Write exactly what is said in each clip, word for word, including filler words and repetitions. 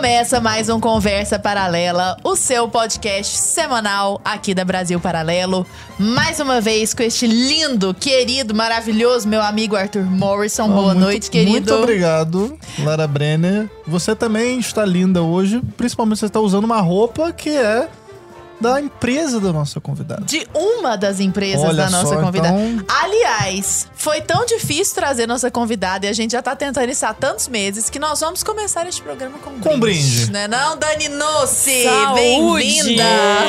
Começa mais um Conversa Paralela, o seu podcast semanal aqui da Brasil Paralelo. Mais uma vez com este lindo, querido, maravilhoso meu amigo Arthur Morrison. Oh, Boa muito, noite, querido. Muito obrigado, Lara Brenner. Você também está linda hoje, principalmente você está usando uma roupa que é da empresa da nossa convidada. De uma das empresas Olha da nossa só, convidada. Então... Aliás, foi tão difícil trazer nossa convidada e a gente já tá tentando isso há tantos meses que nós vamos começar este programa com um com brinde. brinde. Né não, Dani Nossi? Saúde! Bem-vinda!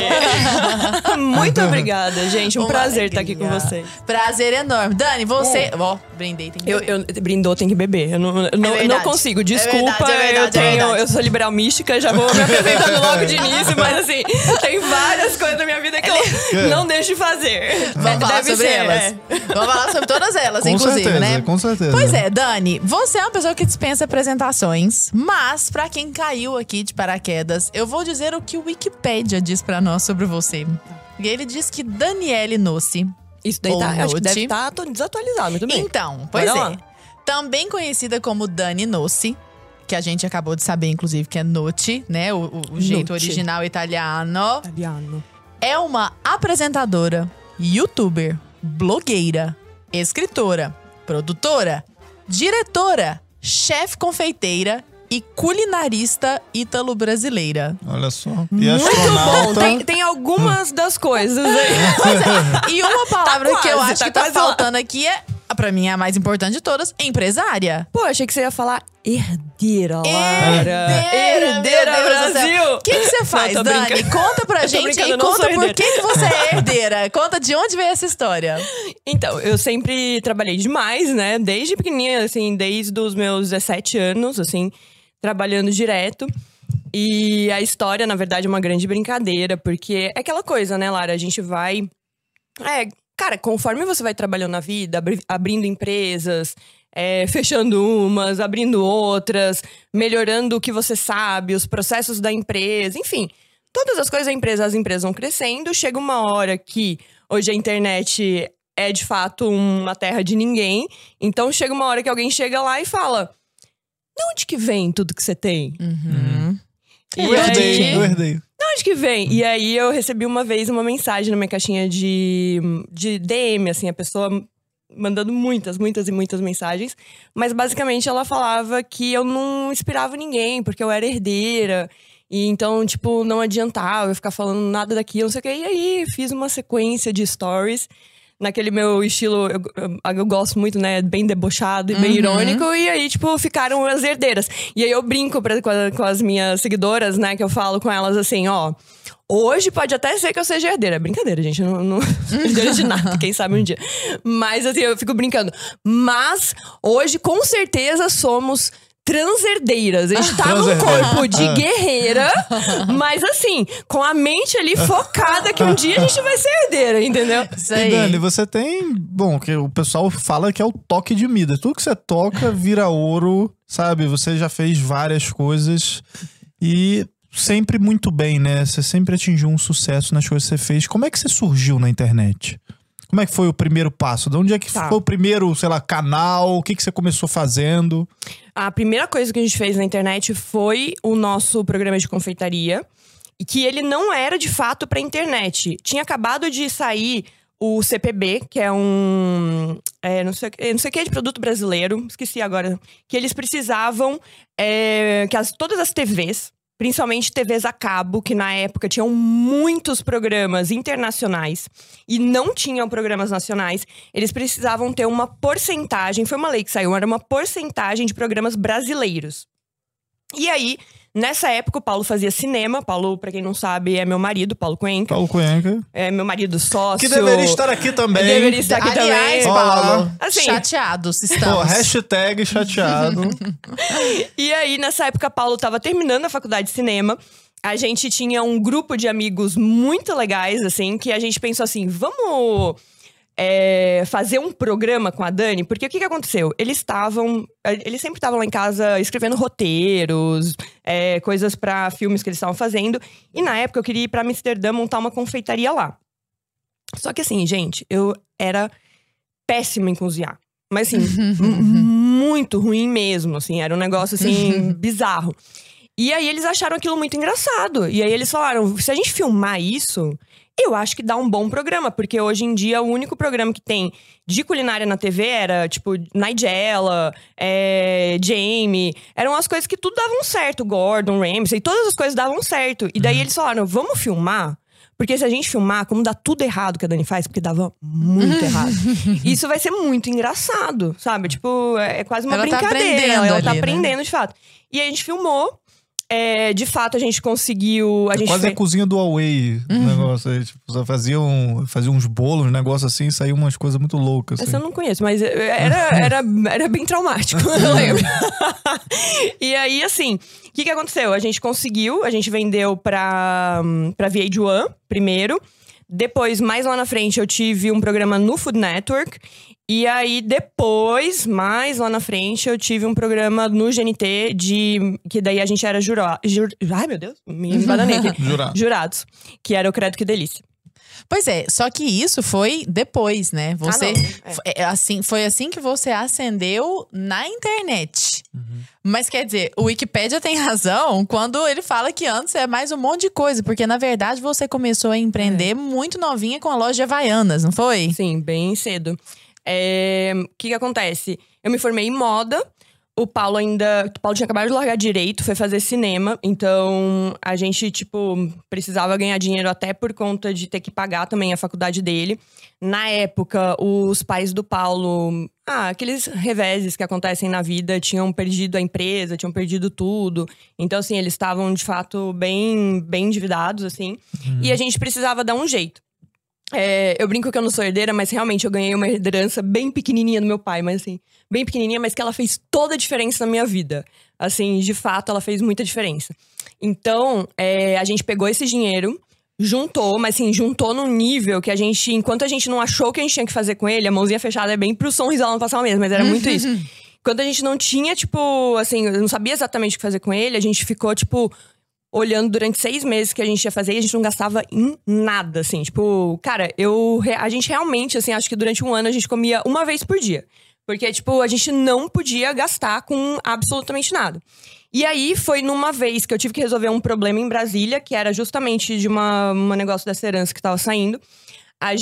Muito obrigada, gente. Um Uma prazer alegria. estar aqui com vocês. Prazer enorme. Dani, você... Ó, oh, brindei, tem que eu, beber. eu Brindou, tem que beber. Eu não, eu não, é não consigo, desculpa. É verdade, é verdade, eu, tenho, é verdade. eu sou liberal mística, já vou me apresentando logo de início. Mas assim, tem várias coisas na minha vida que eu não deixo de fazer. Vamos falar Deve sobre ser, elas. é. Vamos falar sobre todas elas, com inclusive, certeza, né? Com certeza. Pois é, Dani, você é uma pessoa que dispensa apresentações, mas pra quem caiu aqui de paraquedas, eu vou dizer o que o Wikipédia diz pra nós sobre você. E ele diz que Daniele Nossi, Isso daí tá, ou acho que deve Notti. estar desatualizado, muito bem. Então, pois Bora é. lá. Também conhecida como Dani Nossi, que a gente acabou de saber, inclusive, que é Notti, né? O, o, o jeito Notti. original italiano. Italiano. É uma apresentadora, youtuber, blogueira, escritora, produtora, diretora, chefe confeiteira e culinarista ítalo-brasileira. Olha só. E Muito astronauta. bom. Tem, tem algumas das coisas aí. E uma palavra Tá que eu quase, acho tá que tá quase lá. faltando aqui é, pra mim, é a mais importante de todas, empresária. Pô, achei que você ia falar herdeira, Lara. Herdeira, Herdeira meu Deus do céu. Brasil. O que que você faz, Não, tô Dani? brincando. Conta pra Eu tô gente brincando, e eu não conta sou por herdeira. que que você é herdeira. Conta de onde veio essa história. Então, eu sempre trabalhei demais, né? Desde pequenininha, assim, desde os meus dezessete anos, assim, trabalhando direto. E a história, na verdade, é uma grande brincadeira, porque é aquela coisa, né, Lara? A gente vai... É, cara, conforme você vai trabalhando na vida, abri- abrindo empresas, é, fechando umas, abrindo outras, melhorando o que você sabe, os processos da empresa, enfim. Todas as coisas da empresa, as empresas vão crescendo. Chega uma hora que hoje a internet é, de fato, uma terra de ninguém. Então, chega uma hora que alguém chega lá e fala... De onde que vem tudo que você tem? Uhum. E Eu herdei, aí, eu herdei. de onde que vem? E aí eu recebi uma vez uma mensagem na minha caixinha de, de D M, assim, a pessoa mandando muitas, muitas e muitas mensagens. Mas basicamente ela falava que eu não inspirava ninguém, porque eu era herdeira. E então, tipo, não adiantava eu ficar falando nada daquilo, não sei o quê. E aí fiz uma sequência de stories. Naquele meu estilo, eu, eu, eu gosto muito, né? Bem debochado e bem Uhum. irônico. E aí, tipo, ficaram as herdeiras. E aí eu brinco pra, com, a- com as minhas seguidoras, né? Que eu falo com elas assim, ó... Hoje pode até ser que eu seja herdeira. Brincadeira, gente. Eu não, não sou herdeira de nada, quem sabe um dia. Mas assim, eu fico brincando. Mas hoje, com certeza, somos... transherdeiras. A gente tá num Transerdeira. corpo de guerreira, mas assim, com a mente ali focada que um dia a gente vai ser herdeira, entendeu? Isso E aí. Dani, você tem... Bom, que o pessoal fala que é o toque de Midas. Tudo que você toca vira ouro, sabe? Você já fez várias coisas e sempre muito bem, né? Você sempre atingiu um sucesso nas coisas que você fez. Como é que você surgiu na internet? Como é que foi o primeiro passo? De onde é que Tá. foi o primeiro, sei lá, canal? O que, que você começou fazendo? A primeira coisa que a gente fez na internet foi o nosso programa de confeitaria. E que ele não era, de fato, pra internet. Tinha acabado de sair o C P B, que é um... É, não sei, não sei o que é de produto brasileiro. Esqueci agora. Que eles precisavam... É, que as, todas as T Vs... Principalmente T Vs a cabo, que na época tinham muitos programas internacionais e não tinham programas nacionais. Eles precisavam ter uma porcentagem, foi uma lei que saiu, era uma porcentagem de programas brasileiros. E aí, nessa época, o Paulo fazia cinema. Paulo, pra quem não sabe, é meu marido, Paulo Cuenca. Paulo Cuenca. É meu marido sócio. Que deveria estar aqui também. Deveria estar aqui Aliás, também. Paulo, Assim. chateados Pô, estamos. hashtag chateado. E aí, nessa época, Paulo tava terminando a faculdade de cinema. A gente tinha um grupo de amigos muito legais, assim, que a gente pensou assim, vamos é, fazer um programa com a Dani? Porque o que que aconteceu? Eles estavam... Eles sempre estavam lá em casa escrevendo roteiros, é, coisas pra filmes que eles estavam fazendo. E na época, eu queria ir pra Amsterdã montar uma confeitaria lá. Só que assim, gente, eu era péssima em cozinhar. Mas assim, m- muito ruim mesmo, assim. Era um negócio, assim, bizarro. E aí eles acharam aquilo muito engraçado. E aí eles falaram, se a gente filmar isso, eu acho que dá um bom programa. Porque hoje em dia, o único programa que tem de culinária na T V era, tipo, Nigella, é, Jamie. Eram as coisas que tudo davam certo. Gordon Ramsay, todas as coisas davam certo. E daí eles falaram, vamos filmar? Porque se a gente filmar, como dá tudo errado que a Dani faz, porque dava muito errado. Isso vai ser muito engraçado, sabe? Tipo, é quase uma ela brincadeira. Tá aprendendo ela ali, tá né? aprendendo, de fato. E aí a gente filmou. É, de fato, a gente conseguiu. A É gente quase fez... a cozinha do Huawei, o negócio aí. Tipo, só fazia, um, fazia uns bolos, um negócio assim, e saía umas coisas muito loucas. Assim. Essa eu não conheço, mas era, era, era bem traumático, eu lembro. E aí, assim, o que, que aconteceu? A gente conseguiu, a gente vendeu pra, pra V H um primeiro. Depois, mais lá na frente, eu tive um programa no Food Network. E aí, depois, mais lá na frente, eu tive um programa no G N T de... Que daí a gente era jurado. Jur, ai, meu Deus, me embananei aqui. Jurado. Jurados. Que era o Credo Que Delícia. Pois é, só que isso foi depois, né? Você, Ah, não. É. é, assim, foi assim que você ascendeu na internet. Uhum. Mas quer dizer, o Wikipédia tem razão quando ele fala que antes é mais um monte de coisa. Porque, na verdade, você começou a empreender é. muito novinha com a loja de Havaianas, não foi? Sim, bem cedo. É, o que que acontece? Eu me formei em moda. O Paulo ainda... O Paulo tinha acabado de largar direito, foi fazer cinema. Então, a gente, tipo, precisava ganhar dinheiro até por conta de ter que pagar também a faculdade dele. Na época, os pais do Paulo... Ah, aqueles reveses que acontecem na vida. Tinham perdido a empresa, tinham perdido tudo. Então, assim, eles estavam, de fato, bem, bem endividados, assim. Uhum. E a gente precisava dar um jeito. É, eu brinco que eu não sou herdeira, mas realmente eu ganhei uma herança bem pequenininha do meu pai. Mas assim, bem pequenininha, mas que ela fez toda a diferença na minha vida. Assim, de fato, ela fez muita diferença. Então, é, a gente pegou esse dinheiro, juntou, mas assim, juntou num nível que a gente... Enquanto a gente não achou o que a gente tinha que fazer com ele, a mãozinha fechada é bem pro sorrisal não passar mesmo, mas era muito isso. Quando a gente não tinha, tipo, assim, eu não sabia exatamente o que fazer com ele, a gente ficou, tipo... olhando durante seis meses que a gente ia fazer e a gente não gastava em nada, assim. Tipo, cara, eu... A gente realmente, assim, acho que durante um ano a gente comia uma vez por dia. Porque, tipo, a gente não podia gastar com absolutamente nada. E aí, foi numa vez que eu tive que resolver um problema em Brasília, que era justamente de uma, uma negócio dessa herança que tava saindo. A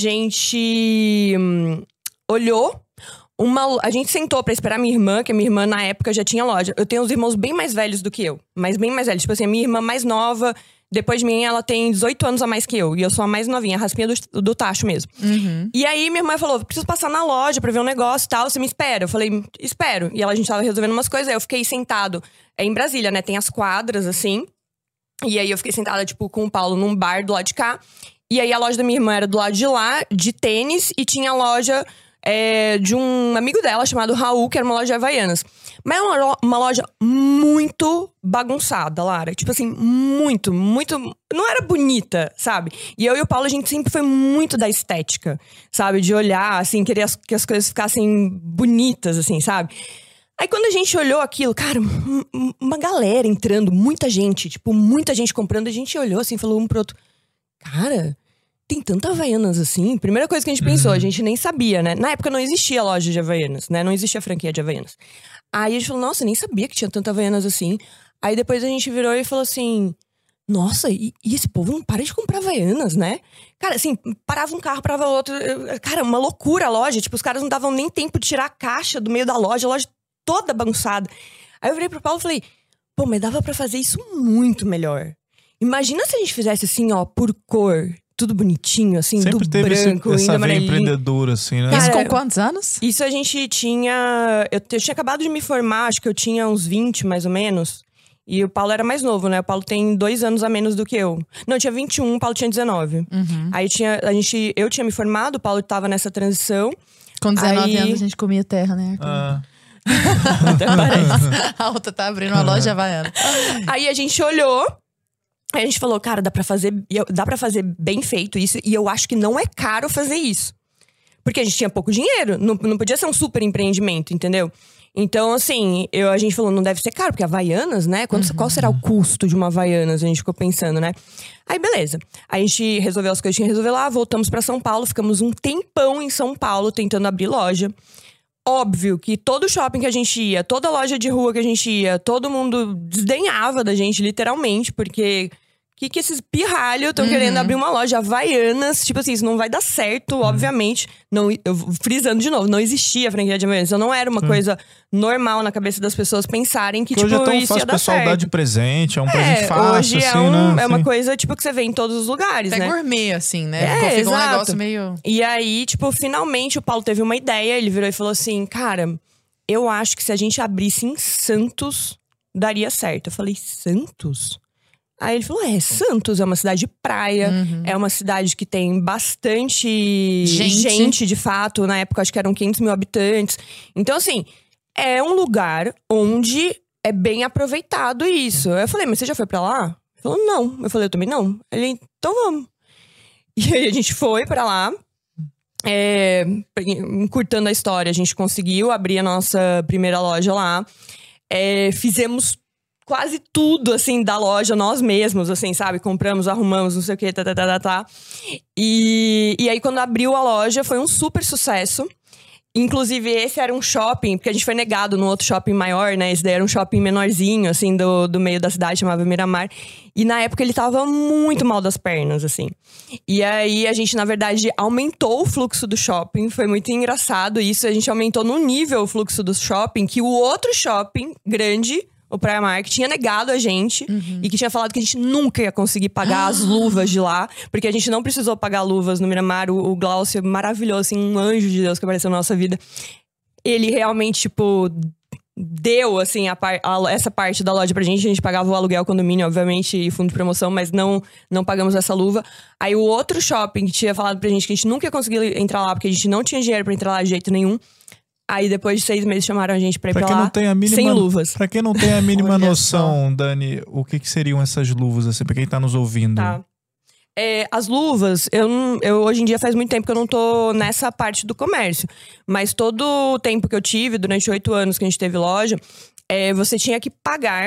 gente hum, olhou... Uma, a gente sentou pra esperar minha irmã, que a minha irmã na época já tinha loja. Eu tenho uns irmãos bem mais velhos do que eu, mas bem mais velhos. Tipo assim, a minha irmã mais nova, depois de mim, ela tem dezoito anos a mais que eu. E eu sou a mais novinha, a raspinha do, do tacho mesmo. Uhum. E aí minha irmã falou, preciso passar na loja pra ver um negócio e tal, você me espera? Eu falei, espero. E ela, a gente tava resolvendo umas coisas, aí eu fiquei sentado. É em Brasília, né, tem as quadras, assim. E aí eu fiquei sentada, tipo, com o Paulo num bar do lado de cá. E aí a loja da minha irmã era do lado de lá, de tênis. E tinha a loja... É, de um amigo dela chamado Raul, que era uma loja de Havaianas. Mas é uma, uma loja muito bagunçada, Lara. Tipo assim, muito, muito... Não era bonita, sabe? E eu e o Paulo, a gente sempre foi muito da estética, sabe? De olhar, assim, querer as, que as coisas ficassem bonitas, assim, sabe? Aí quando a gente olhou aquilo, cara, uma galera entrando, muita gente, tipo, muita gente comprando. A gente olhou assim, falou um pro outro, cara... Tem tanta Havaianas assim. Primeira coisa que a gente pensou, Uhum. a gente nem sabia, né? Na época não existia loja de Havaianas, né? Não existia franquia de Havaianas. Aí a gente falou, nossa, nem sabia que tinha tanta Havaianas assim. Aí depois a gente virou e falou assim, nossa, e, e esse povo não para de comprar Havaianas, né? Cara, assim, parava um carro, parava outro. Cara, uma loucura a loja. Tipo, os caras não davam nem tempo de tirar a caixa do meio da loja, a loja toda bagunçada. Aí eu virei pro Paulo e falei, pô, mas dava pra fazer isso muito melhor. Imagina se a gente fizesse assim, ó, por cor. Tudo bonitinho, assim, Sempre do teve branco, esse, essa ainda veia amarelinho. empreendedora, assim, né? Isso Cara, com quantos anos? Isso a gente tinha... Eu, eu tinha acabado de me formar, acho que eu tinha uns vinte, mais ou menos. E o Paulo era mais novo, né? O Paulo tem dois anos a menos do que eu. Não, eu tinha vinte e um, o Paulo tinha dezenove. Uhum. Aí tinha, a gente, eu tinha me formado, o Paulo tava nessa transição. Com dezenove Aí... anos a gente comia terra, né? Ah. Até parece. A outra tá abrindo uma loja havaiana. Aí a gente olhou... Aí a gente falou, cara, dá pra fazer, dá pra fazer bem feito isso. E eu acho que não é caro fazer isso. Porque a gente tinha pouco dinheiro. Não, não podia ser um super empreendimento, entendeu? Então, assim, eu, a gente falou, não deve ser caro. Porque Havaianas, né? Quanto, uhum. Qual será o custo de uma Havaianas? A gente ficou pensando, né? Aí, beleza. Aí a gente resolveu as coisas que tinha que resolver lá. Voltamos pra São Paulo. Ficamos um tempão em São Paulo tentando abrir loja. óbvio que todo shopping que a gente ia, toda loja de rua que a gente ia, todo mundo desdenhava da gente, literalmente, porque… Que, que esses pirralhos estão uhum. querendo abrir uma loja Havaianas. Tipo assim, isso não vai dar certo, uhum. obviamente. Não, eu, frisando de novo, não existia a franquia de Havaianas. Então não era uma uhum. coisa normal na cabeça das pessoas pensarem que, que tipo, hoje é tão isso fácil ia dar pessoal certo. dar de presente, é um é, presente fácil, hoje é, assim, um, né? é uma Sim. coisa, tipo, que você vê em todos os lugares, é né? É gourmet, assim, né? É, Ficou, ficou exato. um negócio meio… E aí, tipo, finalmente o Paulo teve uma ideia. Ele virou e falou assim, cara, eu acho que se a gente abrisse em Santos, daria certo. Eu falei, Santos? Aí ele falou, é, Santos é uma cidade de praia, uhum. é uma cidade que tem bastante gente. gente, de fato. Na época, acho que eram quinhentos mil habitantes. Então, assim, é um lugar onde é bem aproveitado isso. Eu falei, mas você já foi pra lá? Ele falou, não. Eu falei, eu também não. Ele, então vamos. E aí a gente foi pra lá. É, encurtando a história, a gente conseguiu abrir a nossa primeira loja lá. É, fizemos quase tudo, assim, da loja, nós mesmos, assim, sabe? Compramos, arrumamos, não sei o que, tá, tá, tá, tá, tá. E, e aí, quando abriu a loja, foi um super sucesso. Inclusive, esse era um shopping, porque a gente foi negado num outro shopping maior, né? Esse daí era um shopping menorzinho, assim, do, do meio da cidade, chamava Miramar. E na época ele tava muito mal das pernas, assim. E aí a gente, na verdade, aumentou o fluxo do shopping. Foi muito engraçado isso. A gente aumentou no nível o fluxo do shopping, que o outro shopping grande, o Primark, tinha negado a gente. Uhum. E que tinha falado que a gente nunca ia conseguir pagar ah. as luvas de lá. Porque a gente não precisou pagar luvas no Miramar. O, o Glaucio, maravilhoso, assim, um anjo de Deus que apareceu na nossa vida. Ele realmente, tipo, deu, assim, a par, a, essa parte da loja pra gente. A gente pagava o aluguel, condomínio, obviamente, e fundo de promoção. Mas não, não pagamos essa luva. Aí o outro shopping que tinha falado pra gente que a gente nunca ia conseguir entrar lá. Porque a gente não tinha dinheiro pra entrar lá de jeito nenhum. Aí depois de seis meses chamaram a gente pra ir pra, pra lá, a mínima, sem luvas. Pra quem não tem a mínima noção, só. Dani, o que, que seriam essas luvas, assim, pra quem tá nos ouvindo? Tá. É, as luvas, eu, eu hoje em dia faz muito tempo que eu não tô nessa parte do comércio. Mas todo o tempo que eu tive, durante oito anos que a gente teve loja, é, você tinha que pagar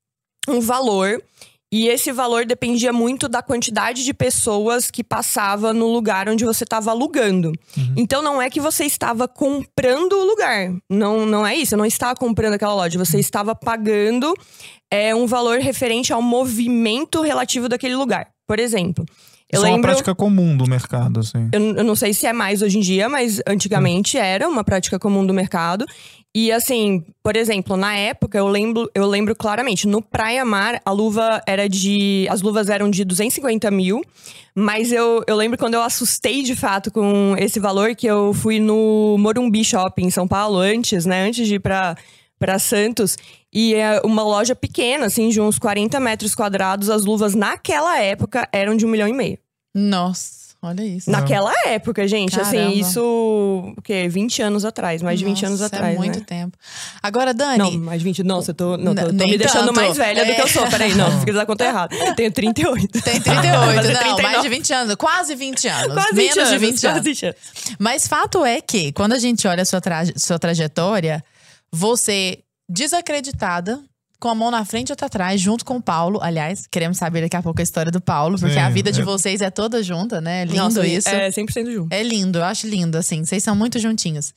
um valor. E esse valor dependia muito da quantidade de pessoas que passava no lugar onde você estava alugando. Uhum. Então, não é que você estava comprando o lugar. Não, não é isso. Você não estava comprando aquela loja. Você estava pagando é, um valor referente ao movimento relativo daquele lugar. Por exemplo… Eu Isso lembro, é uma prática comum do mercado, assim. Eu, eu não sei se é mais hoje em dia, mas antigamente uhum. era uma prática comum do mercado. E assim, por exemplo, na época, eu lembro, eu lembro claramente, no Praia Mar, a luva era de… As luvas eram de duzentos e cinquenta mil. Mas eu, eu lembro quando eu assustei, de fato, com esse valor, que eu fui no Morumbi Shopping, em São Paulo, antes, né? Antes de ir pra… pra Santos, e é uma loja pequena, assim, de uns quarenta metros quadrados. As luvas, naquela época, eram de um milhão e meio. Nossa, olha isso. Naquela época, gente, Caramba. assim, isso… O quê? vinte anos atrás, mais de vinte Nossa, anos atrás, é muito né? tempo. Agora, Dani… Não, mais de vinte… Nossa, eu tô, não, tô, tô me Nem deixando tanto. mais velha é. do que eu sou. Peraí, não, fiz a conta errada. Tenho trinta e oito. Tem trinta e oito, não, trinta e nove. mais de vinte anos. Quase vinte anos. Quase Menos vinte anos, de vinte anos. quase vinte anos. Mas fato é que, quando a gente olha a sua, traje, sua trajetória, você… desacreditada, com a mão na frente e outra atrás, junto com o Paulo. Aliás, queremos saber daqui a pouco a história do Paulo, porque Sim, a vida de é. vocês é toda junta, né? É lindo Nossa, isso. É cem por cento junto. É lindo, eu acho lindo, assim. Vocês são muito juntinhos.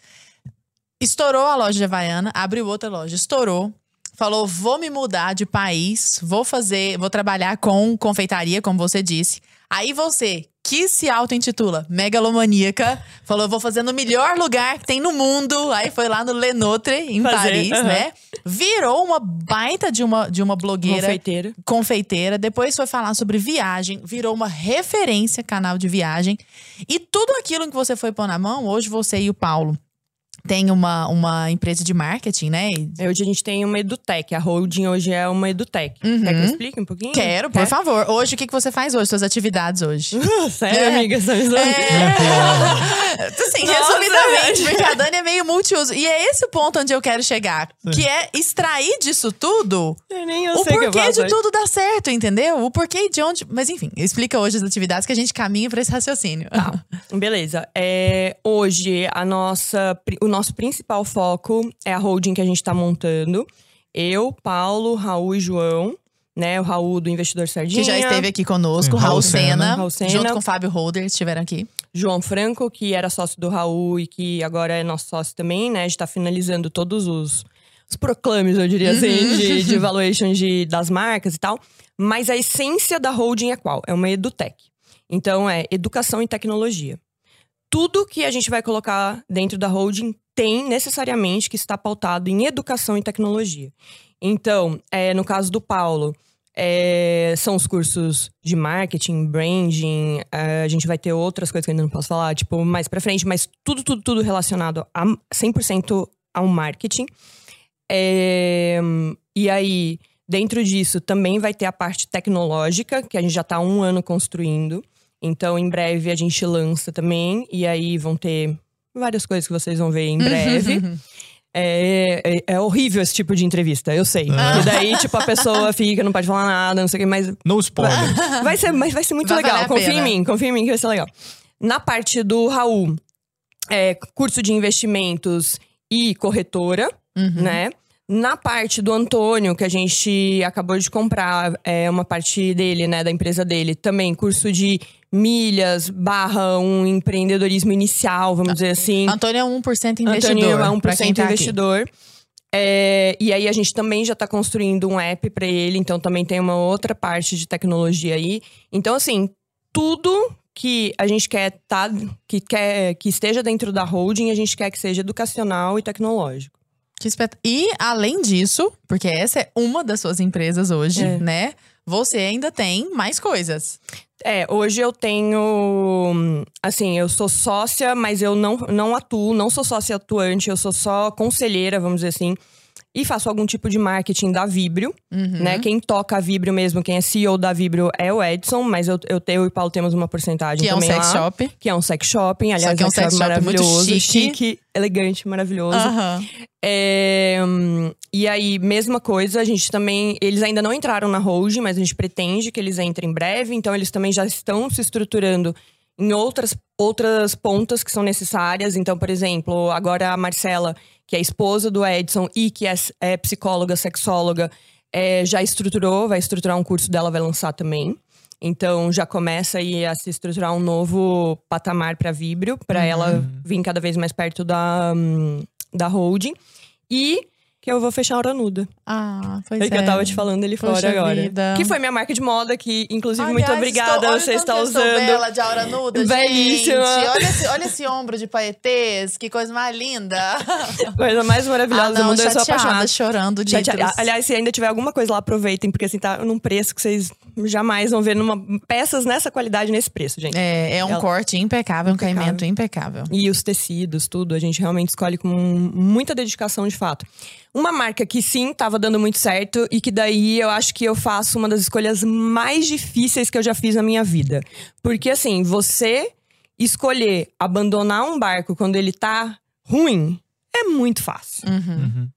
Estourou a loja de Havaiana, abriu outra loja, estourou. Falou, vou me mudar de país, vou fazer, vou trabalhar com confeitaria, como você disse. Aí você, que se auto-intitula megalomaníaca, falou, vou fazer no melhor lugar que tem no mundo. Aí foi lá no Le Notre, em fazer, Paris, uh-huh. né? Virou uma baita de uma, de uma blogueira. Confeiteira. Confeiteira. Depois foi falar sobre viagem, virou uma referência, canal de viagem. E tudo aquilo que você foi pôr na mão, hoje você e o Paulo tem uma, uma empresa de marketing, né? Hoje a gente tem uma edutech. A holding hoje é uma edutech. Uhum. Quer que eu explique um pouquinho? Quero, por Quer? favor. Hoje, o que que você faz hoje? Suas atividades hoje? Sério, É. amiga? Você me É. Assim, Nossa, resumidamente, gente. porque a Dani é meio multiuso. E é esse o ponto onde eu quero chegar. Que é extrair disso tudo Eu nem eu o sei que eu porquê faço de hoje. tudo dar certo, entendeu? O porquê de onde… Mas enfim, explica hoje as atividades que a gente caminha pra esse raciocínio. Tá, beleza. É, hoje, a nossa, o nosso principal foco é a holding que a gente tá montando. Eu, Paulo, Raul e João. Né, o Raul do Investidor Sardinha. Que já esteve aqui conosco, Sim, Raul Raul Sena, Sena. Raul Sena. junto com o Fábio Holder, estiveram aqui. João Franco, que era sócio do Raul e que agora é nosso sócio também, né? A gente tá finalizando todos os, os proclames, eu diria assim, de, de valuation de, das marcas e tal. Mas a essência da holding é qual? É uma edutech. Então, é educação e tecnologia. Tudo que a gente vai colocar dentro da holding tem necessariamente que estar pautado em educação e tecnologia. Então, é, no caso do Paulo, é, são os cursos de marketing, branding, é, a gente vai ter outras coisas que eu ainda não posso falar, tipo, mais pra frente, mas tudo, tudo, tudo relacionado a cem por cento ao marketing. É, e aí, dentro disso, também vai ter a parte tecnológica, que a gente já tá há um ano construindo. Então, em breve, a gente lança também. E aí, vão ter várias coisas que vocês vão ver em breve. é, é, é horrível esse tipo de entrevista, eu sei. Ah. E daí, tipo, a pessoa fica, não pode falar nada, não sei o que, mas... No spoiler. Vai ser, mas vai ser muito vai legal. Confia em mim, confia em mim que vai ser legal. Na parte do Raul, é, curso de investimentos e corretora, uhum. né? Na parte do Antônio, que a gente acabou de comprar, é uma parte dele, né, da empresa dele, também curso de milhas, barra um empreendedorismo inicial, vamos dizer assim. Antônio é um por cento investidor. Antônio é um por cento investidor. É, e aí a gente também já tá construindo um app para ele, então também tem uma outra parte de tecnologia aí. Então, assim, tudo que a gente quer, tá, que, quer que esteja dentro da holding, a gente quer que seja educacional e tecnológico. Que espet... E, além disso, porque essa é uma das suas empresas hoje, é. né? Você ainda tem mais coisas. É, hoje eu tenho… Assim, eu sou sócia, mas eu não, não atuo. Não sou sócia atuante, eu sou só conselheira, vamos dizer assim. E faço algum tipo de marketing da Vibrio, uhum. né? Quem toca a Vibrio mesmo, quem é C E O da Vibrio é o Edson. Mas eu, eu, eu e o Paulo temos uma porcentagem que também lá. Que é um sex shop. Que é um sex shopping. Aliás, Só que é um sex shop maravilhoso, muito chique. chique, elegante, maravilhoso. Uhum. É, e aí, mesma coisa, a gente também… Eles ainda não entraram na holding, mas a gente pretende que eles entrem em breve. Então, eles também já estão se estruturando em outras, outras pontas que são necessárias. Então, por exemplo, agora a Marcela, que é a esposa do Edson e que é, é psicóloga, sexóloga, é, já estruturou, vai estruturar um curso dela, vai lançar também. Então, já começa aí a se estruturar um novo patamar para a Vibrio, para uhum. ela vir cada vez mais perto da, da holding. E que eu vou fechar a Hora Nuda. Ah, pois é. é. Que eu tava te falando ali Poxa fora agora. Vida. Que foi minha marca de moda, que inclusive, Aliás, muito obrigada, estou, você está usando. Eu estou bela de Hora Nuda, belíssima. Gente. Olha esse, olha esse ombro de paetês, que coisa mais linda. Coisa mais maravilhosa ah, do não, mundo, eu sou chateada, apaixonada. chorando de Chateada. Aliás, se ainda tiver alguma coisa lá, aproveitem, porque assim, tá num preço que vocês jamais vão ver numa, peças nessa qualidade, nesse preço, gente. É, é um Ela... corte impecável, um impecável. caimento impecável. E os tecidos, tudo, a gente realmente escolhe com muita dedicação, de fato. Uma marca que sim, tava dando muito certo e que daí eu acho que eu faço uma das escolhas mais difíceis que eu já fiz na minha vida. Porque assim, você escolher abandonar um barco quando ele tá ruim é muito fácil. Uhum. Uhum.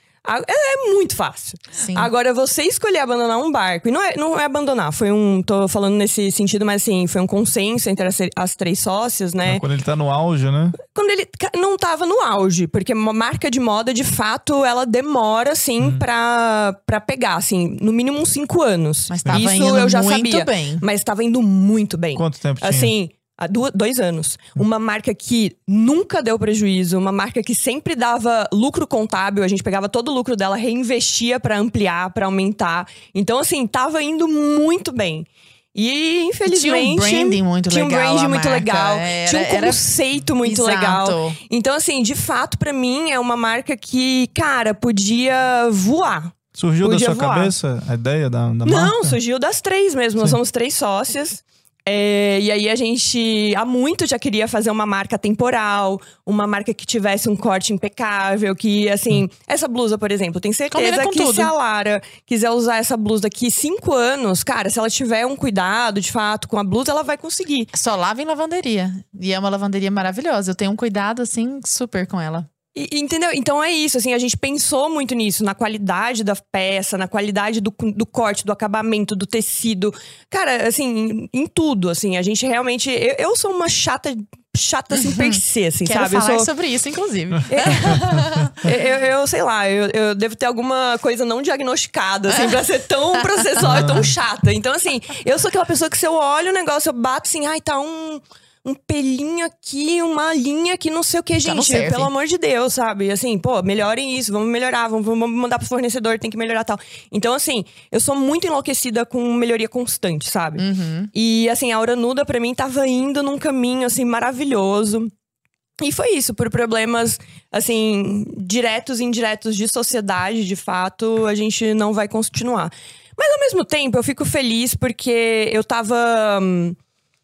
É muito fácil. Sim. Agora, você escolher abandonar um barco, e não é, não é abandonar, foi um… Tô falando nesse sentido, mas assim, foi um consenso entre as, as três sócias, né? Não, quando ele tá no auge, né? Quando ele não tava no auge, porque uma marca de moda, de fato, ela demora, assim, hum. pra, pra pegar, assim, no mínimo uns cinco anos. Mas tava Isso indo eu já muito sabia, bem. Mas tava indo muito bem. Quanto tempo tinha? Assim… Há dois anos. Uma marca que nunca deu prejuízo, uma marca que sempre dava lucro contábil. A gente pegava todo o lucro dela, reinvestia pra ampliar, pra aumentar. Então, assim, tava indo muito bem. E, infelizmente… Tinha um branding muito tinha legal. Tinha um branding muito marca. legal. Era, tinha um conceito era... muito Exato. legal. Então, assim, de fato, pra mim, é uma marca que, cara, podia voar. Surgiu podia da sua voar. cabeça a ideia da, da marca? Não, surgiu das três mesmo. Sim. Nós somos três sócias. É, e aí a gente há muito já queria fazer uma marca temporal, uma marca que tivesse um corte impecável, que assim, hum. essa blusa, por exemplo, tenho certeza que tudo. Se a Lara quiser usar essa blusa daqui cinco anos, cara, se ela tiver um cuidado de fato com a blusa, ela vai conseguir. Só lava em lavanderia. E é uma lavanderia maravilhosa. Eu tenho um cuidado assim super com ela. E, entendeu? Então é isso, assim, a gente pensou muito nisso, na qualidade da peça, na qualidade do, do corte, do acabamento, do tecido. Cara, assim, em, em tudo, assim, a gente realmente… Eu, eu sou uma chata… Chata assim, per se, assim, Quero sabe? falar eu sou... sobre isso, inclusive. eu, eu, eu sei lá, eu, eu devo ter alguma coisa não diagnosticada, assim, pra ser tão processual e tão chata. Então, assim, eu sou aquela pessoa que se eu olho o negócio, eu bato assim, ai, tá um… um pelinho aqui, uma linha aqui, não sei o que, Já não gente. serve. Pelo amor de Deus, sabe? Assim, pô, melhorem isso, vamos melhorar, vamos, vamos mandar pro fornecedor, tem que melhorar tal. Então, assim, eu sou muito enlouquecida com melhoria constante, sabe? Uhum. E, assim, a Hora Nuda, pra mim, tava indo num caminho, assim, maravilhoso. E foi isso, por problemas, assim, diretos e indiretos de sociedade, de fato, a gente não vai continuar. Mas, ao mesmo tempo, eu fico feliz porque eu tava... hum,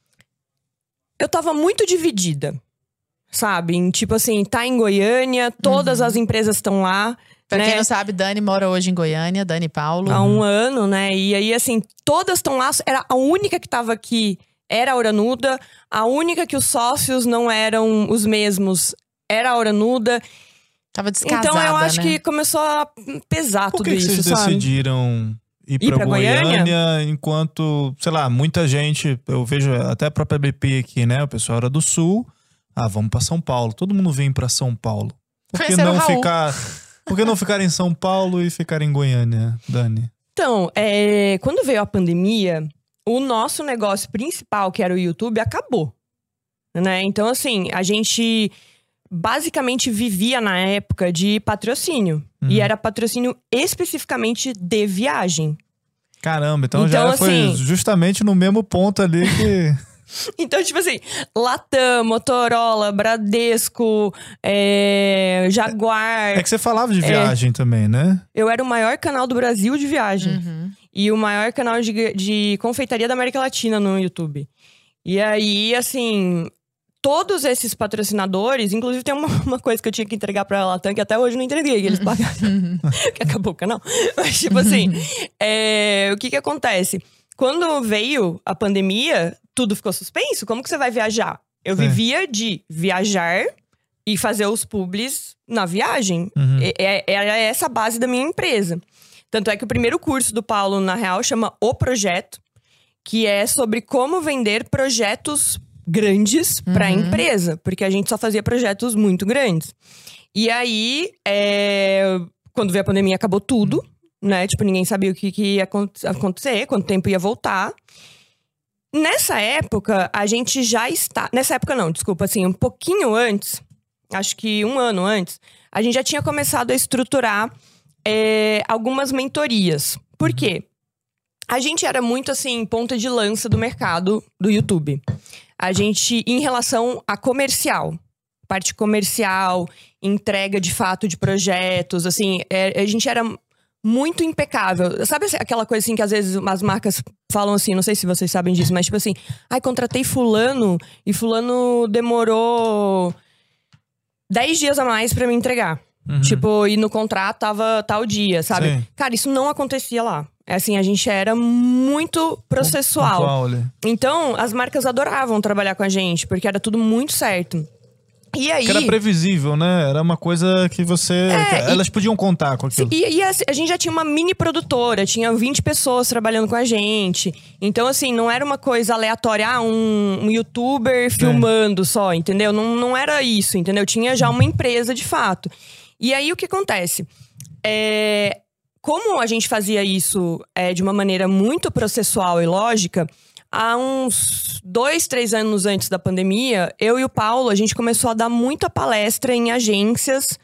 Eu tava muito dividida, sabe? Em, tipo assim, tá em Goiânia, todas as empresas estão lá. Pra né? quem não sabe, Dani mora hoje em Goiânia, Dani Paulo. Há um ano, né? E aí, assim, todas estão lá. Era a única que tava aqui era a Hora Nuda. A única que os sócios não eram os mesmos era a Hora Nuda. Tava descasada, Então eu acho né? que começou a pesar Por tudo que, que isso, vocês sabe? decidiram ir Ir pra, pra Goiânia, Goiânia? enquanto, sei lá, muita gente, eu vejo até a própria B P aqui, né? O pessoal era do Sul. Ah, vamos pra São Paulo. Todo mundo vem pra São Paulo. Por que Conheceram o não Raul. ficar, por que não ficar em São Paulo e ficar em Goiânia, Dani? Então, é, quando veio a pandemia, o nosso negócio principal, que era o YouTube, acabou. Né? Então, assim, a gente basicamente vivia na época de patrocínio. Uhum. E era patrocínio especificamente de viagem. Caramba, então, Então, já foi assim- justamente no mesmo ponto ali que... Então, tipo assim, Latam, Motorola, Bradesco, é, Jaguar. É que você falava de viagem também, né? Eu era o maior canal do Brasil de viagem. Uhum. E o maior canal de, de confeitaria da América Latina no YouTube. E aí, assim, todos esses patrocinadores, inclusive tem uma, uma coisa que eu tinha que entregar pra Latam, que até hoje eu não entreguei, que eles pagaram. Que acabou o canal. Mas, tipo assim, é, o que que acontece? Quando veio a pandemia, tudo ficou suspenso. Como que você vai viajar? Eu Sim. vivia de viajar e fazer os publis na viagem. Uhum. É- é- Era essa a base da minha empresa. Tanto é que o primeiro curso do Paulo, na real, chama O Projeto, que é sobre como vender projetos grandes para a empresa, porque a gente só fazia projetos muito grandes. E aí, é, quando veio a pandemia, acabou tudo, né? Tipo, ninguém sabia o que, que ia acon- acontecer, quanto tempo ia voltar. Nessa época, a gente já está... Nessa época não, desculpa, assim, um pouquinho antes, acho que um ano antes, a gente já tinha começado a estruturar é, algumas mentorias. Por quê? A gente era muito, assim, ponta de lança do mercado do YouTube. A gente, em relação a comercial, parte comercial, entrega de fato de projetos, assim, é, a gente era muito impecável. Sabe aquela coisa assim que às vezes as marcas falam assim, não sei se vocês sabem disso, mas tipo assim, ai, contratei fulano e fulano demorou dez dias a mais pra me entregar. Uhum. Tipo, e no contrato tava tal dia, sabe? Sim. Cara, isso não acontecia lá. É assim, a gente era muito processual. Pontual ali. Então, as marcas adoravam trabalhar com a gente, porque era tudo muito certo. E aí... Que era previsível, né? Era uma coisa que você... É, que elas podiam contar com aquilo. E, e a, a gente já tinha uma mini produtora, tinha vinte pessoas trabalhando com a gente. Então, assim, não era uma coisa aleatória, ah, um, um youtuber filmando só, entendeu? Não, não era isso, entendeu? Tinha já uma empresa de fato. E aí, o que acontece? É, como a gente fazia isso é, de uma maneira muito processual e lógica, há uns dois, três anos antes da pandemia, eu e o Paulo, a gente começou a dar muita palestra em agências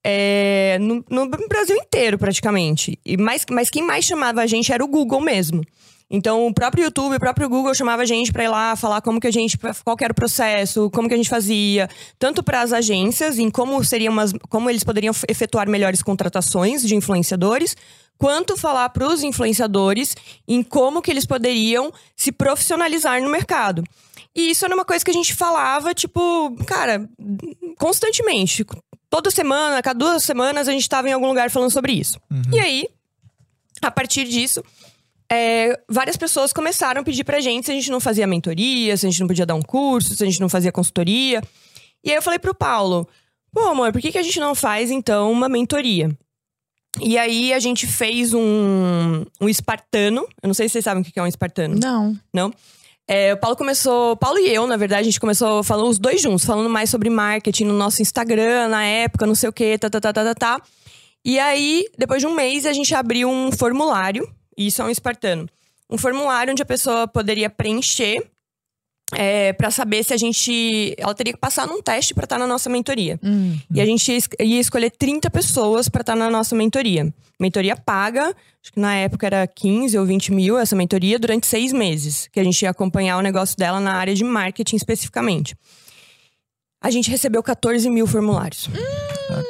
é, no, no Brasil inteiro, praticamente. E mais, mas quem mais chamava a gente era o Google mesmo. Então, o próprio YouTube, o próprio Google chamava a gente pra ir lá falar como que a gente, qual que era o processo, como que a gente fazia, tanto para as agências, em como seriam umas, como eles poderiam efetuar melhores contratações de influenciadores, quanto falar para os influenciadores em como que eles poderiam se profissionalizar no mercado. E isso era uma coisa que a gente falava, tipo, cara, constantemente. Toda semana, a cada duas semanas, a gente estava em algum lugar falando sobre isso. Uhum. E aí, a partir disso, é, várias pessoas começaram a pedir pra gente se a gente não fazia mentoria, se a gente não podia dar um curso, se a gente não fazia consultoria. E aí eu falei pro Paulo, pô, amor, por que, que a gente não faz, então, uma mentoria? E aí a gente fez um, um espartano. Eu não sei se vocês sabem o que é um espartano. Não. Não? É, o Paulo começou... Paulo e eu, na verdade, a gente começou falando os dois juntos. Falando mais sobre marketing no nosso Instagram, na época, não sei o quê, tá, tá, tá, tá, tá, tá. E aí, depois de um mês, a gente abriu um formulário. E isso é um espartano. Um formulário onde a pessoa poderia preencher É, para saber se a gente… Ela teria que passar num teste para estar na nossa mentoria. Hum. E a gente ia, ia escolher trinta pessoas para estar na nossa mentoria. Mentoria paga, acho que na época era quinze ou vinte mil essa mentoria, durante seis meses. Que a gente ia acompanhar o negócio dela na área de marketing especificamente. A gente recebeu catorze mil formulários. Hum.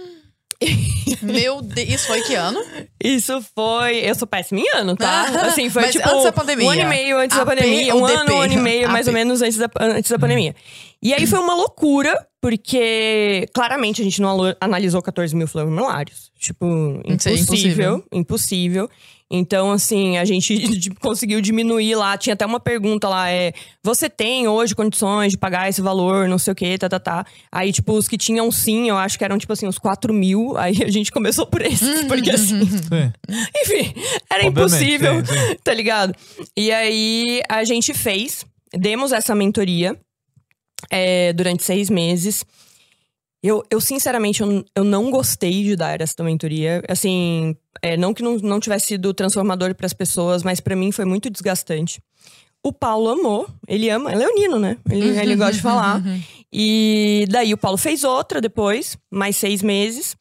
Meu Deus, isso foi que ano? Isso foi… Eu sou péssima em ano, tá? Assim, foi Mas tipo… antes da pandemia. Um ano e meio antes A da P pandemia. ou Um D P? ano, um ano e meio, mais A ou P. menos, antes da, antes da pandemia. E aí foi uma loucura, porque… Claramente, a gente não alo- analisou catorze mil formulários. Tipo, Isso é impossível. impossível. Impossível. Então, assim, a gente conseguiu diminuir lá. Tinha até uma pergunta lá, é… Você tem hoje condições de pagar esse valor, não sei o quê, tá, tá, tá. Aí, tipo, os que tinham sim, eu acho que eram, tipo assim, uns quatro mil. Aí a gente começou por esses, porque assim… Sim. Enfim, era Obviamente, impossível, sim, sim. tá ligado? E aí, a gente fez, demos essa mentoria é, durante seis meses. Eu, eu sinceramente, eu, eu não gostei de dar essa mentoria. Assim, é, não que não, não tivesse sido transformador para as pessoas, mas para mim foi muito desgastante. O Paulo amou, ele ama, é leonino, né? Ele, ele gosta de falar. E daí o Paulo fez outra depois, mais seis meses.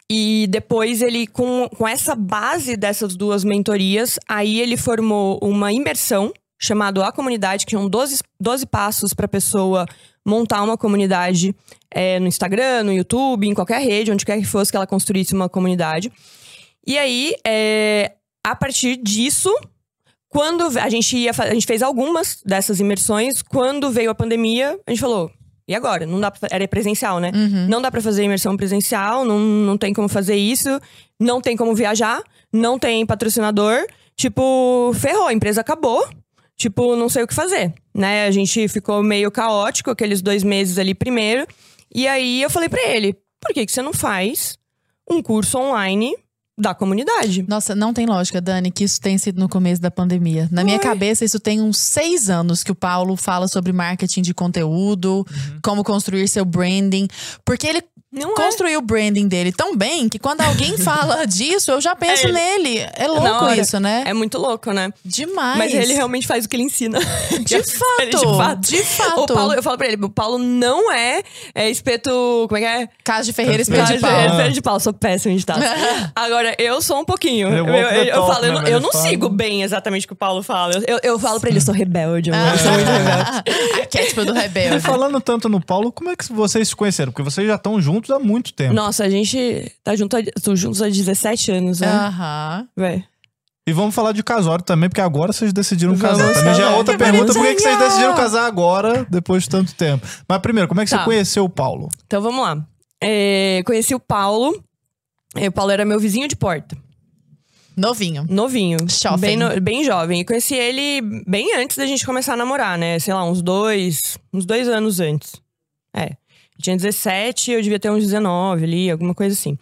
E depois ele, com, com essa base dessas duas mentorias, aí ele formou uma imersão chamada A Comunidade, que são doze, doze passos para a pessoa montar uma comunidade é, no Instagram, no YouTube, em qualquer rede, onde quer que fosse que ela construísse uma comunidade. E aí, é, a partir disso, quando a gente ia, a gente fez algumas dessas imersões, quando veio a pandemia, a gente falou… E agora? Não dá pra, era presencial, né? Uhum. Não dá pra fazer imersão presencial, não, não tem como fazer isso, não tem como viajar, não tem patrocinador. Tipo, ferrou, a empresa acabou. Tipo, não sei o que fazer, né? A gente ficou meio caótico aqueles dois meses ali primeiro. E aí eu falei pra ele, por que que você não faz um curso online da comunidade? Nossa, não tem lógica, Dani, que isso tenha sido no começo da pandemia. Na minha Oi. cabeça, isso tem uns seis anos que o Paulo fala sobre marketing de conteúdo, Uhum. como construir seu branding. Porque ele Não é. construiu o branding dele tão bem que quando alguém fala disso, eu já penso É ele. nele. É Na louco hora. isso, né? É muito louco, né? Demais. Mas ele realmente faz o que ele ensina. De fato, Ele, de fato. de fato. O Paulo, eu falo pra ele, o Paulo não é, é espeto… Como é que é? Casa de Ferreira, espeto de Mas, pau. é, espeto de pau, sou péssimo de taça. Agora, eu sou um pouquinho. Ele é Eu, walk eu, the eu talk, falo, eu, né, não- velho? eu não Fala. sigo bem exatamente o que o Paulo fala. Eu, eu, eu falo pra ele, eu sou rebelde, amor. Eu sou muito rebelde. Arquétipo do E rebelde. falando tanto no Paulo, como é que vocês se conheceram? Porque vocês já estão juntos há muito tempo. Nossa, a gente tá junto, a- tô juntos há dezessete anos, né? Aham. Véi. E vamos falar de casório também, porque agora vocês decidiram Vamos casar. Também já é falar. outra Que pergunta, por que que vocês bonitinho. decidiram casar agora, depois de tanto tempo? Mas primeiro, como é que Tá. você conheceu o Paulo? Então vamos lá. É, conheci o Paulo. É, o Paulo era meu vizinho de porta. Novinho. Novinho. Jovem. Bem, no- bem jovem. E conheci ele bem antes da gente começar a namorar, né? Sei lá, uns dois, uns dois anos antes. É. Eu tinha dezessete, eu devia ter uns dezenove ali, alguma coisa assim.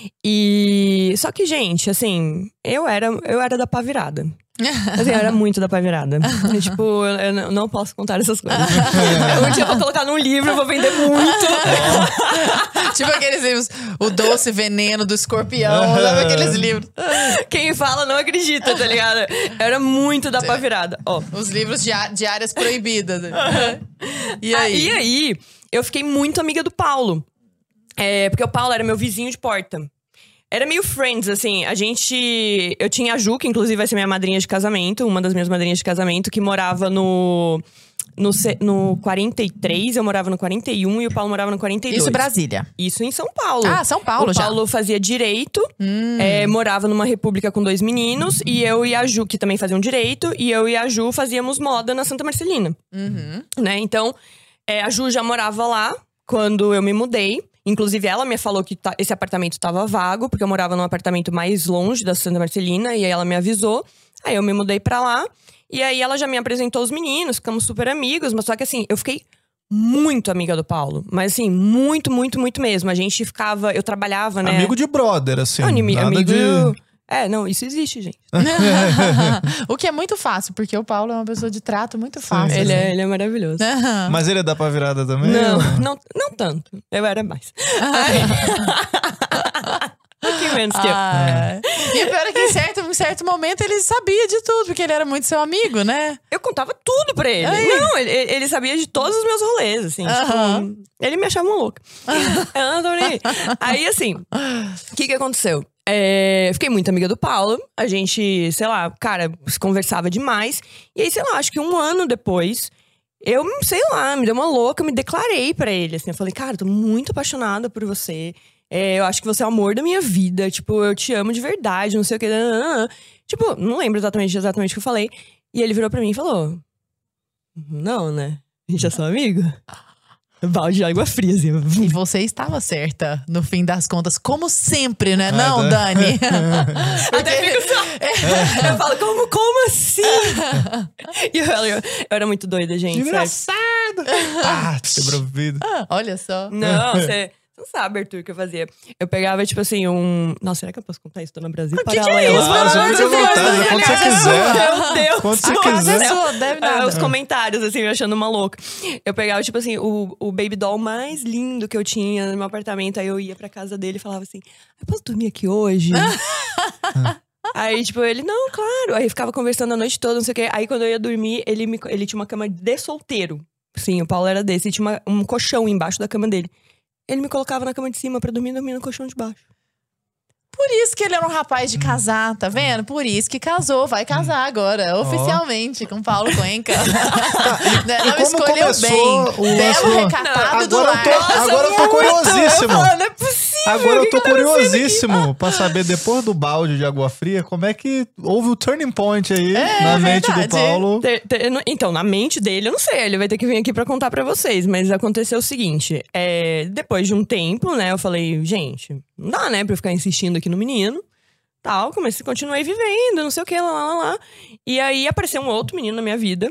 E… Só que, gente, assim, eu era, eu era da pá virada. Assim, eu era muito da pá virada. E, tipo, eu, eu não- não posso contar essas coisas. Um dia eu vou colocar num livro, eu vou vender muito. Tipo aqueles livros, O Doce Veneno do Escorpião, sabe aqueles livros? Quem fala não acredita, tá ligado? Eu era muito da pá virada. Ó. Os livros de, á- de áreas proibidas. E Ah, aí? e aí, eu fiquei muito amiga do Paulo. É, porque o Paulo era meu vizinho de porta. Era meio friends, assim. A gente… Eu tinha a Ju, que inclusive vai ser minha madrinha de casamento. Uma das minhas madrinhas de casamento. Que morava no… No, C- no quarenta e três, eu morava no quarenta e um. E o Paulo morava no quarenta e dois. Isso, Brasília. Isso em São Paulo. Ah, São Paulo o já. Paulo fazia direito, é, morava numa república com dois meninos. E eu e a Ju, que também faziam direito. E eu e a Ju fazíamos moda na Santa Marcelina. Uhum. Né? Então, é, a Ju já morava lá quando eu me mudei. Inclusive, ela me falou que tá- esse apartamento tava vago, porque eu morava num apartamento mais longe da Santa Marcelina. E aí ela me avisou. Aí eu me mudei pra lá. E aí ela já me apresentou os meninos, ficamos super amigos. Mas só que assim, eu fiquei muito amiga do Paulo. Mas assim, muito, muito, muito mesmo. A gente ficava… Eu trabalhava, né? Amigo de brother, assim. Não, animi- nada amigo… de… É, não, isso existe, gente. O que é muito fácil, porque o Paulo é uma pessoa de trato muito fácil. Ele assim. é, ele é maravilhoso. Mas ele é da pá virada também? Não, ou não, não tanto. Eu era mais. Aí- um pouquinho menos que eu. Ah, e o pior é que em certo, em certo momento ele sabia de tudo, porque ele era muito seu amigo, né? Eu contava tudo pra ele. Aí. Não, ele, ele sabia de todos os meus rolês, assim. Aham. Tipo, ele me achava uma louca. Eu não tô nem aí. Aí, assim, o que que aconteceu? É, fiquei muito amiga do Paulo. A gente, sei lá, cara, se conversava demais. E aí, sei lá, acho que um ano depois, eu, sei lá, me deu uma louca, me declarei pra ele. Assim, eu falei, cara, tô muito apaixonada por você. É, eu acho que você é o amor da minha vida. Tipo, eu te amo de verdade, não sei o que. Tipo, não lembro exatamente, exatamente o que eu falei. E ele virou pra mim e falou: não, né? A gente é só amigo. Balde de água fria, assim. E você estava certa, no fim das contas, como sempre, né? Não, Dani? Até fico só. É. Eu falo, como, como assim? E eu, eu, eu era muito doida, gente. Engraçado! Ah, quebrou o vidro. Olha só. Não, você não sabe, Arthur, o que eu fazia. Eu pegava, tipo assim, um... Nossa, será que eu posso contar isso? Tô no Brasil. O que, que é isso? Claro, Pelo amor de fica à Deus, vontade, Dani. quando você Aliás, é quiser. sua. Meu Deus! Quando você Nossa, quiser. é sua, deve nada. Ah, os comentários, assim, me achando uma louca. Eu pegava, tipo assim, o, o baby doll mais lindo que eu tinha no meu apartamento. Aí eu ia pra casa dele e falava assim: eu posso dormir aqui hoje? Aí, tipo, ele, não, claro. Aí ficava conversando a noite toda, não sei o quê. Aí, quando eu ia dormir, ele, me, ele tinha uma cama de solteiro. Sim, o Paulo era desse. E tinha uma, um colchão embaixo da cama dele. Ele me colocava na cama de cima pra dormir, dormir no colchão de baixo. Por isso que ele era um rapaz de casar, tá vendo? Por isso que casou, vai casar agora, oficialmente, com Paulo Cuenca. Né? e Não como escolheu começou bem. o Belo nosso- recatado do Agora lar. eu tô, agora eu tô curiosíssimo. Eu falo, não é possível. Agora o eu que tô que tá acontecendo aqui? curiosíssimo pra saber, depois do balde de água fria, como é que houve o turning point aí É, na mente verdade. do Paulo. Te- te- no- Então, na mente dele, eu não sei. Ele vai ter que vir aqui pra contar pra vocês. Mas aconteceu o seguinte. É, depois de um tempo, né? Eu falei, gente, não dá, né? Pra eu ficar insistindo aqui no menino. Tal, comecei, continuei vivendo, não sei o que, lá, lá, lá, lá. E aí, apareceu um outro menino na minha vida.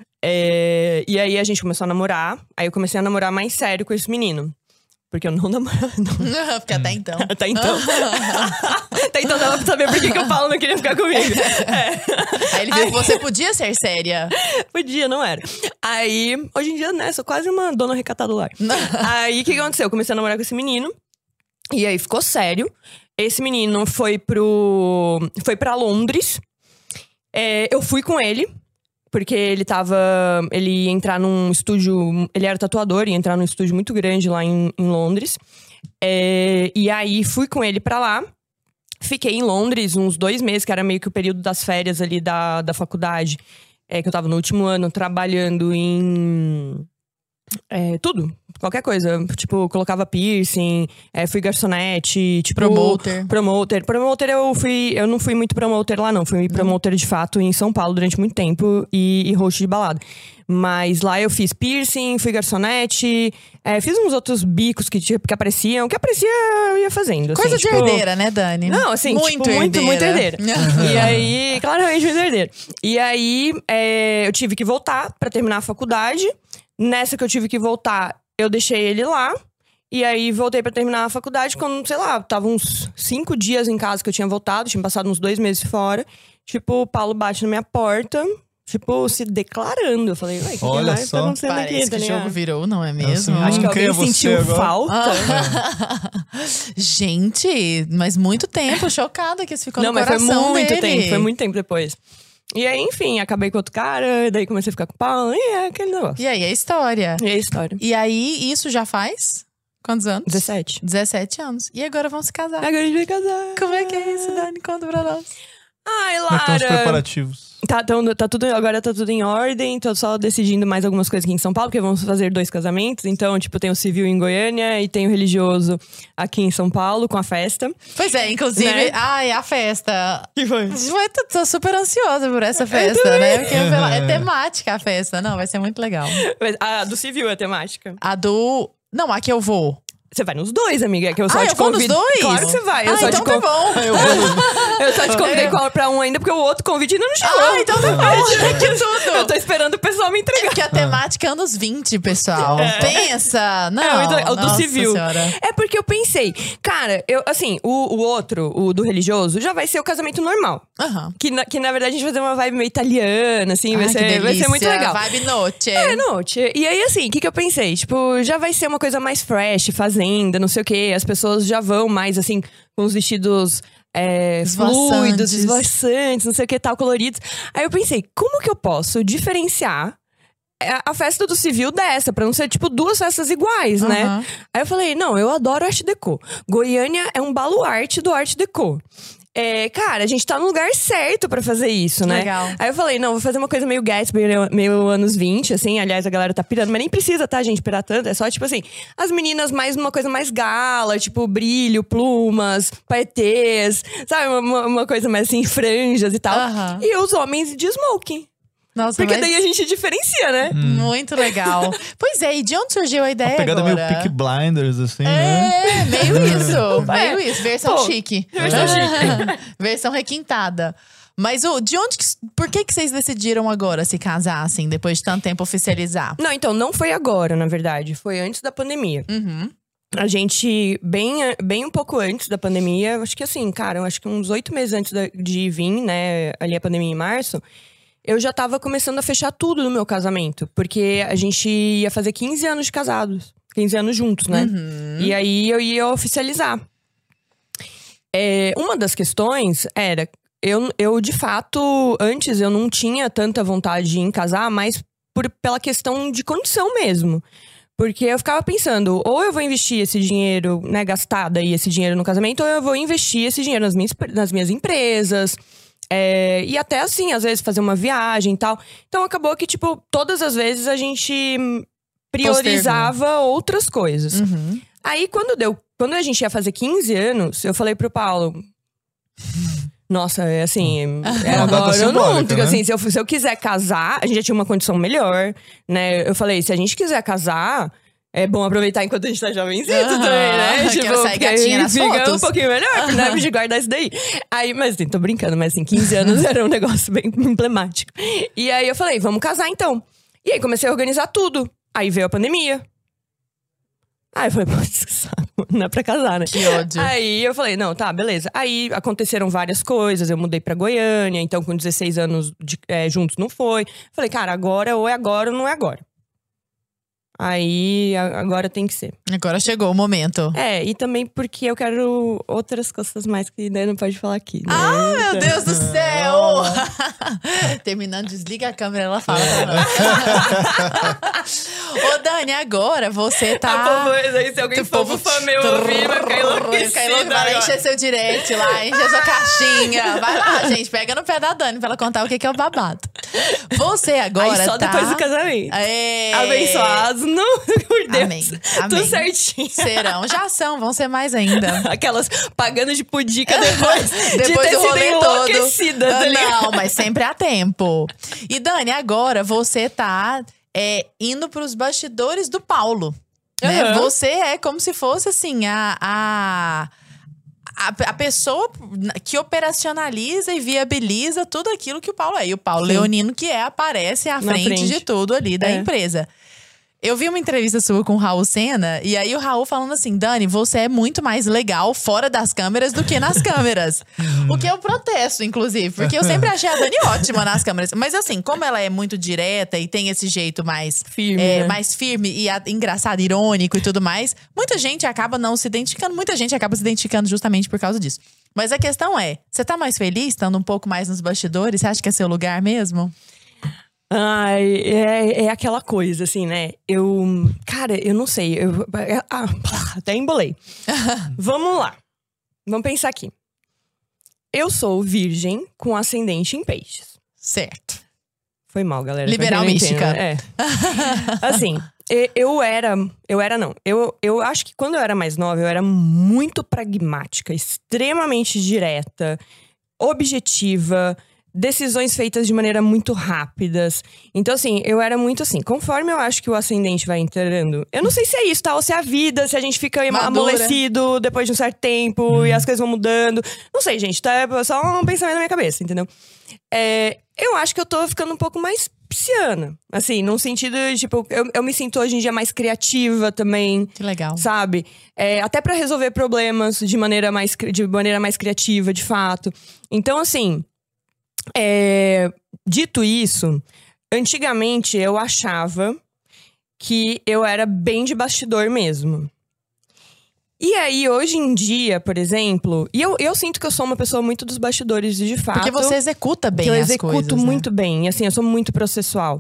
É, e aí, a gente começou a namorar. Aí, eu comecei a namorar mais sério com esse menino. Porque eu não namorava. Não. Porque até então. Até então. Até então dava pra saber por que, que o Paulo não queria ficar comigo. É. Aí ele viu que você podia ser séria. Podia, não era. Aí, hoje em dia, né, sou quase uma dona recatada do lar. Aí, o que, que aconteceu? Eu comecei a namorar com esse menino. E aí, ficou sério. Esse menino foi pro... Foi pra Londres. É, eu fui com ele. Porque ele tava... Ele ia entrar num estúdio... Ele era tatuador, ia entrar num estúdio muito grande lá em, em Londres. É, e aí, fui com ele pra lá. Fiquei em Londres uns dois meses, que era meio que o período das férias ali da, da faculdade. É, que eu tava no último ano trabalhando em... É, tudo, qualquer coisa. Tipo, colocava piercing, é, fui garçonete, tipo... Promoter. Promoter. Promoter eu fui... Eu não fui muito promoter lá, não. Fui promoter, de fato, em São Paulo durante muito tempo. E, e host de balada. Mas lá eu fiz piercing, fui garçonete. É, fiz uns outros bicos que, tipo, que apareciam. Que aparecia, eu ia fazendo. Coisa assim, de tipo, herdeira, né, Dani? Não, assim, muito tipo, muito, muito herdeira. herdeira. E aí, claramente muito herdeira. E aí, é, eu tive que voltar pra terminar a faculdade. Nessa que eu tive que voltar, eu deixei ele lá. E aí, voltei pra terminar a faculdade. Quando, sei lá, tava uns cinco dias em casa que eu tinha voltado. Tinha passado uns dois meses fora. Tipo, o Paulo bate na minha porta. Tipo, se declarando. Eu falei, ué, o que, que Olha mais só. tá acontecendo Parece aqui? que Tá o ligado? jogo virou, não é mesmo? Assim, Acho que Não, quem alguém é você sentiu agora? falta. Gente, mas muito tempo, chocada que isso ficou Não, no mas foi coração muito dele. tempo. Foi muito tempo depois. E aí, enfim, acabei com outro cara. Daí comecei a ficar com o Paulo. E é aquele negócio. E aí, a história. E é a história. E aí, isso já faz? Quantos anos? dezessete. dezessete anos. E agora vão se casar. Agora a gente vai casar. Como é que é isso, Dani? Conta pra nós. Ai, Como é que estão os Lara. preparativos? Tá, tão, tá tudo, agora tá tudo em ordem, tô só decidindo mais algumas coisas aqui em São Paulo, porque vamos fazer dois casamentos. Então, tipo, tem o civil em Goiânia e tem o religioso aqui em São Paulo, com a festa. Pois é, inclusive, Né? ai, a festa. Que foi? Vai, tô, tô super ansiosa por essa festa, né? Porque pela- é temática a festa. Não, vai ser muito legal. A do civil é temática. A do. Não, a que eu vou. Você vai nos dois, amiga, é que eu só Ah, te eu vou nos convido. dois? Claro que você vai. Eu Ah, só então te tá con- bom. Eu vou... Eu só te convidei É. pra um ainda, porque o outro convite ainda não chegou. Ah, então tá bom. Que tudo. Eu tô esperando o pessoal me É entregar. porque a temática é anos vinte, pessoal. Pensa. Não, É, muito legal. O do nossa civil. Senhora. É porque Porque eu pensei, cara, eu, assim, o, o outro, o do religioso, já vai ser o casamento normal. Aham. Que, na, que na verdade a gente vai ter uma vibe meio italiana, assim, vai, Ai, que ser, vai ser muito delícia. legal. Vibe noite. É, noite. E aí, assim, o que, que eu pensei? Tipo, já vai ser uma coisa mais fresh, fazenda, não sei o quê. As pessoas já vão mais, assim, com os vestidos é, fluidos, esvoaçantes, não sei o que, tal, coloridos. Aí eu pensei, como que eu posso diferenciar a festa do civil dessa, pra não ser, tipo, duas festas iguais, né? Uhum. Aí eu falei, não, eu adoro Art Deco. Goiânia é um baluarte do Art Deco. É, cara, a gente tá no lugar certo pra fazer isso, né? Legal. Aí eu falei, não, vou fazer uma coisa meio Gatsby, meio anos vinte, assim. Aliás, a galera tá pirando, mas nem precisa, tá, gente, pirar tanto. É só, tipo assim, as meninas mais uma coisa mais gala, tipo, brilho, plumas, paetês, sabe? Uma, uma coisa mais assim, franjas e tal. Aham. E os homens de smoking. Nossa, Porque mas daí a gente diferencia, né? muito legal. Pois é, e de onde surgiu a ideia Uma pegada agora? meio Peaky Blinders, assim, né? É, meio isso. meio É. isso. Versão Pô, chique. versão chique. Versão requintada. Mas o, de onde que, por que, que vocês decidiram agora se casar, assim, depois de tanto tempo oficializar? Não, então, não foi agora, na verdade. Foi antes da pandemia. Uhum. A gente, bem, bem um pouco antes da pandemia, acho que assim, cara, acho que uns oito meses antes da- de vir, né, ali a pandemia em março, eu já tava começando a fechar tudo no meu casamento. Porque a gente ia fazer quinze anos de casados. quinze anos juntos, né? E aí eu ia oficializar. É, uma das questões era… Eu, eu, de fato, antes eu não tinha tanta vontade em casar, mas por, pela questão de condição mesmo. Porque eu ficava pensando, ou eu vou investir esse dinheiro, né, gastar daí esse dinheiro no casamento, ou eu vou investir esse dinheiro nas minhas, nas minhas empresas. É, e até assim, às vezes, fazer uma viagem e tal. Então, acabou que, tipo, todas as vezes a gente priorizava outras coisas. Uhum. Aí, quando deu… Quando a gente ia fazer quinze anos, eu falei pro Paulo… Nossa, é assim… É Uma data agora ou simbólica, nunca, né? assim, se eu, se eu quiser casar… A gente já tinha uma condição melhor, né? Eu falei, se a gente quiser casar… É bom aproveitar enquanto a gente tá jovenzinho Aham. também, né? Quero sair porque aí gatinha nas fica fotos. um pouquinho melhor, né? De guardar isso daí. Aí, mas assim, tô brincando, mas assim, quinze anos era um negócio bem emblemático. E aí eu falei, vamos casar então. E aí comecei a organizar tudo. Aí veio a pandemia. Aí eu falei, putz, que saco, não é pra casar, né? Que ódio. Aí eu falei, não, tá, beleza. Aí aconteceram várias coisas, eu mudei pra Goiânia, então com dezesseis anos de, é, juntos não foi. Falei, cara, agora ou é agora ou não é agora. Aí, a- agora tem que ser. Agora chegou o momento. É, e também porque eu quero outras coisas mais que daí não pode falar aqui, né? Ah, meu Então- Deus do céu! Terminando, desliga a câmera, ela fala pra nós. Ô, Dani, agora você tá… Ah, por favor, aí se alguém for pro fã meu ouvir, vai ficar enlouquecido. Vai enlouque- vai lá agora. encher seu direct lá, encher sua caixinha. Vai lá, gente, pega no pé da Dani pra ela contar o que que é o babado. Você agora Aí só tá… depois do casamento. Aê! Abençoados, não, por Deus. Amém, Tudo amém. certinho. Serão, já são, vão ser mais ainda. Aquelas pagando de pudica depois, de Depois ter do sido rolê todo. enlouquecida, tá Ah, ligado? não, mas sempre há tempo. E Dani, agora você tá é, indo pros bastidores do Paulo. Né? Aham. Você é como se fosse assim, a, a, a, a pessoa que operacionaliza e viabiliza tudo aquilo que o Paulo é. E o Paulo Sim. Leonino, que é, aparece à Na frente, frente. de tudo ali da É. empresa. Eu vi uma entrevista sua com o Raul Sena, e aí o Raul falando assim, Dani, você é muito mais legal fora das câmeras do que nas câmeras. O que eu protesto, inclusive, porque eu sempre achei a Dani ótima nas câmeras. Mas assim, como ela é muito direta e tem esse jeito mais Firme, é, né? mais firme e a- engraçado, irônico e tudo mais, muita gente acaba não se identificando, muita gente acaba se identificando justamente por causa disso. Mas a questão é, você tá mais feliz estando um pouco mais nos bastidores? Você acha que é seu lugar mesmo? Ai, é, é aquela coisa, assim, né? Eu… Cara, eu não sei. Eu, ah, até embolei. Vamos lá. Vamos pensar aqui. Eu sou virgem com ascendente em peixes. Certo. Foi mal, galera. Liberal Pra quem não mística. entende, né? É. Assim, e- eu era… Eu era, não. Eu, eu acho que quando eu era mais nova, eu era muito pragmática. Extremamente direta. Objetiva. Decisões feitas de maneira muito rápidas. Então, assim, eu era muito assim. Conforme eu acho que o ascendente vai entrando… Eu não sei se é isso, tá? Ou se é a vida, se a gente fica Madura. amolecido depois de um certo tempo e as coisas vão mudando. Não sei, gente. Tá? É só um pensamento na minha cabeça, entendeu? É, eu acho que eu tô ficando um pouco mais pisciana. Assim, num sentido, tipo, eu, eu me sinto hoje em dia mais criativa também. Que legal. Sabe? É, até pra resolver problemas de maneira, mais, de maneira mais criativa, de fato. Então, assim, é, dito isso, antigamente eu achava que eu era bem de bastidor mesmo. E aí, hoje em dia, por exemplo... E eu, eu sinto que eu sou uma pessoa muito dos bastidores, de fato. Porque você executa bem eu as executo coisas, né? muito bem. Assim, eu sou muito processual.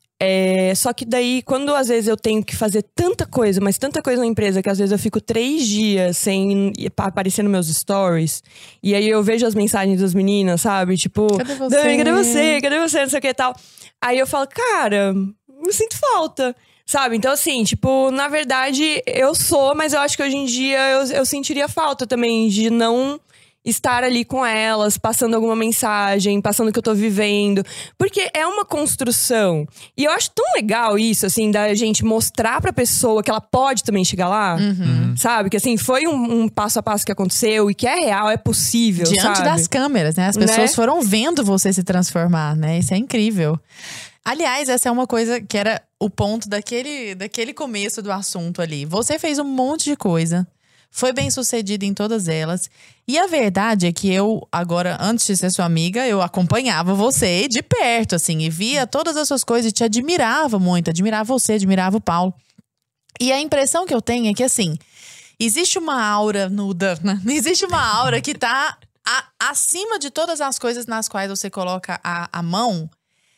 É, só que daí, quando às vezes eu tenho que fazer tanta coisa, mas tanta coisa na empresa, que às vezes eu fico três dias sem aparecer nos meus stories. E aí eu vejo as mensagens das meninas, sabe? Tipo, cadê você? Dani, cadê você? Cadê você? Não sei o que e tal. Aí eu falo, cara, eu sinto falta. Sabe? Então, assim, tipo, na verdade, eu sou, mas eu acho que hoje em dia eu, eu sentiria falta também de não estar ali com elas, passando alguma mensagem, passando o que eu tô vivendo. Porque é uma construção. E eu acho tão legal isso, assim, da gente mostrar pra pessoa que ela pode também chegar lá. Uhum. Sabe? Que, assim, foi um, um passo a passo que aconteceu e que é real, é possível, Diante sabe? das câmeras, né? As pessoas Né? foram vendo você se transformar, né? Isso é incrível. Aliás, essa é uma coisa que era o ponto daquele, daquele começo do assunto ali. Você fez um monte de coisa, foi bem sucedido em todas elas. E a verdade é que eu, agora, antes de ser sua amiga, eu acompanhava você de perto, assim, e via todas as suas coisas e te admirava muito. Admirava você, admirava o Paulo. E a impressão que eu tenho é que, assim, existe uma aura nuda, né? Existe uma aura que tá a, acima de todas as coisas nas quais você coloca a, a mão,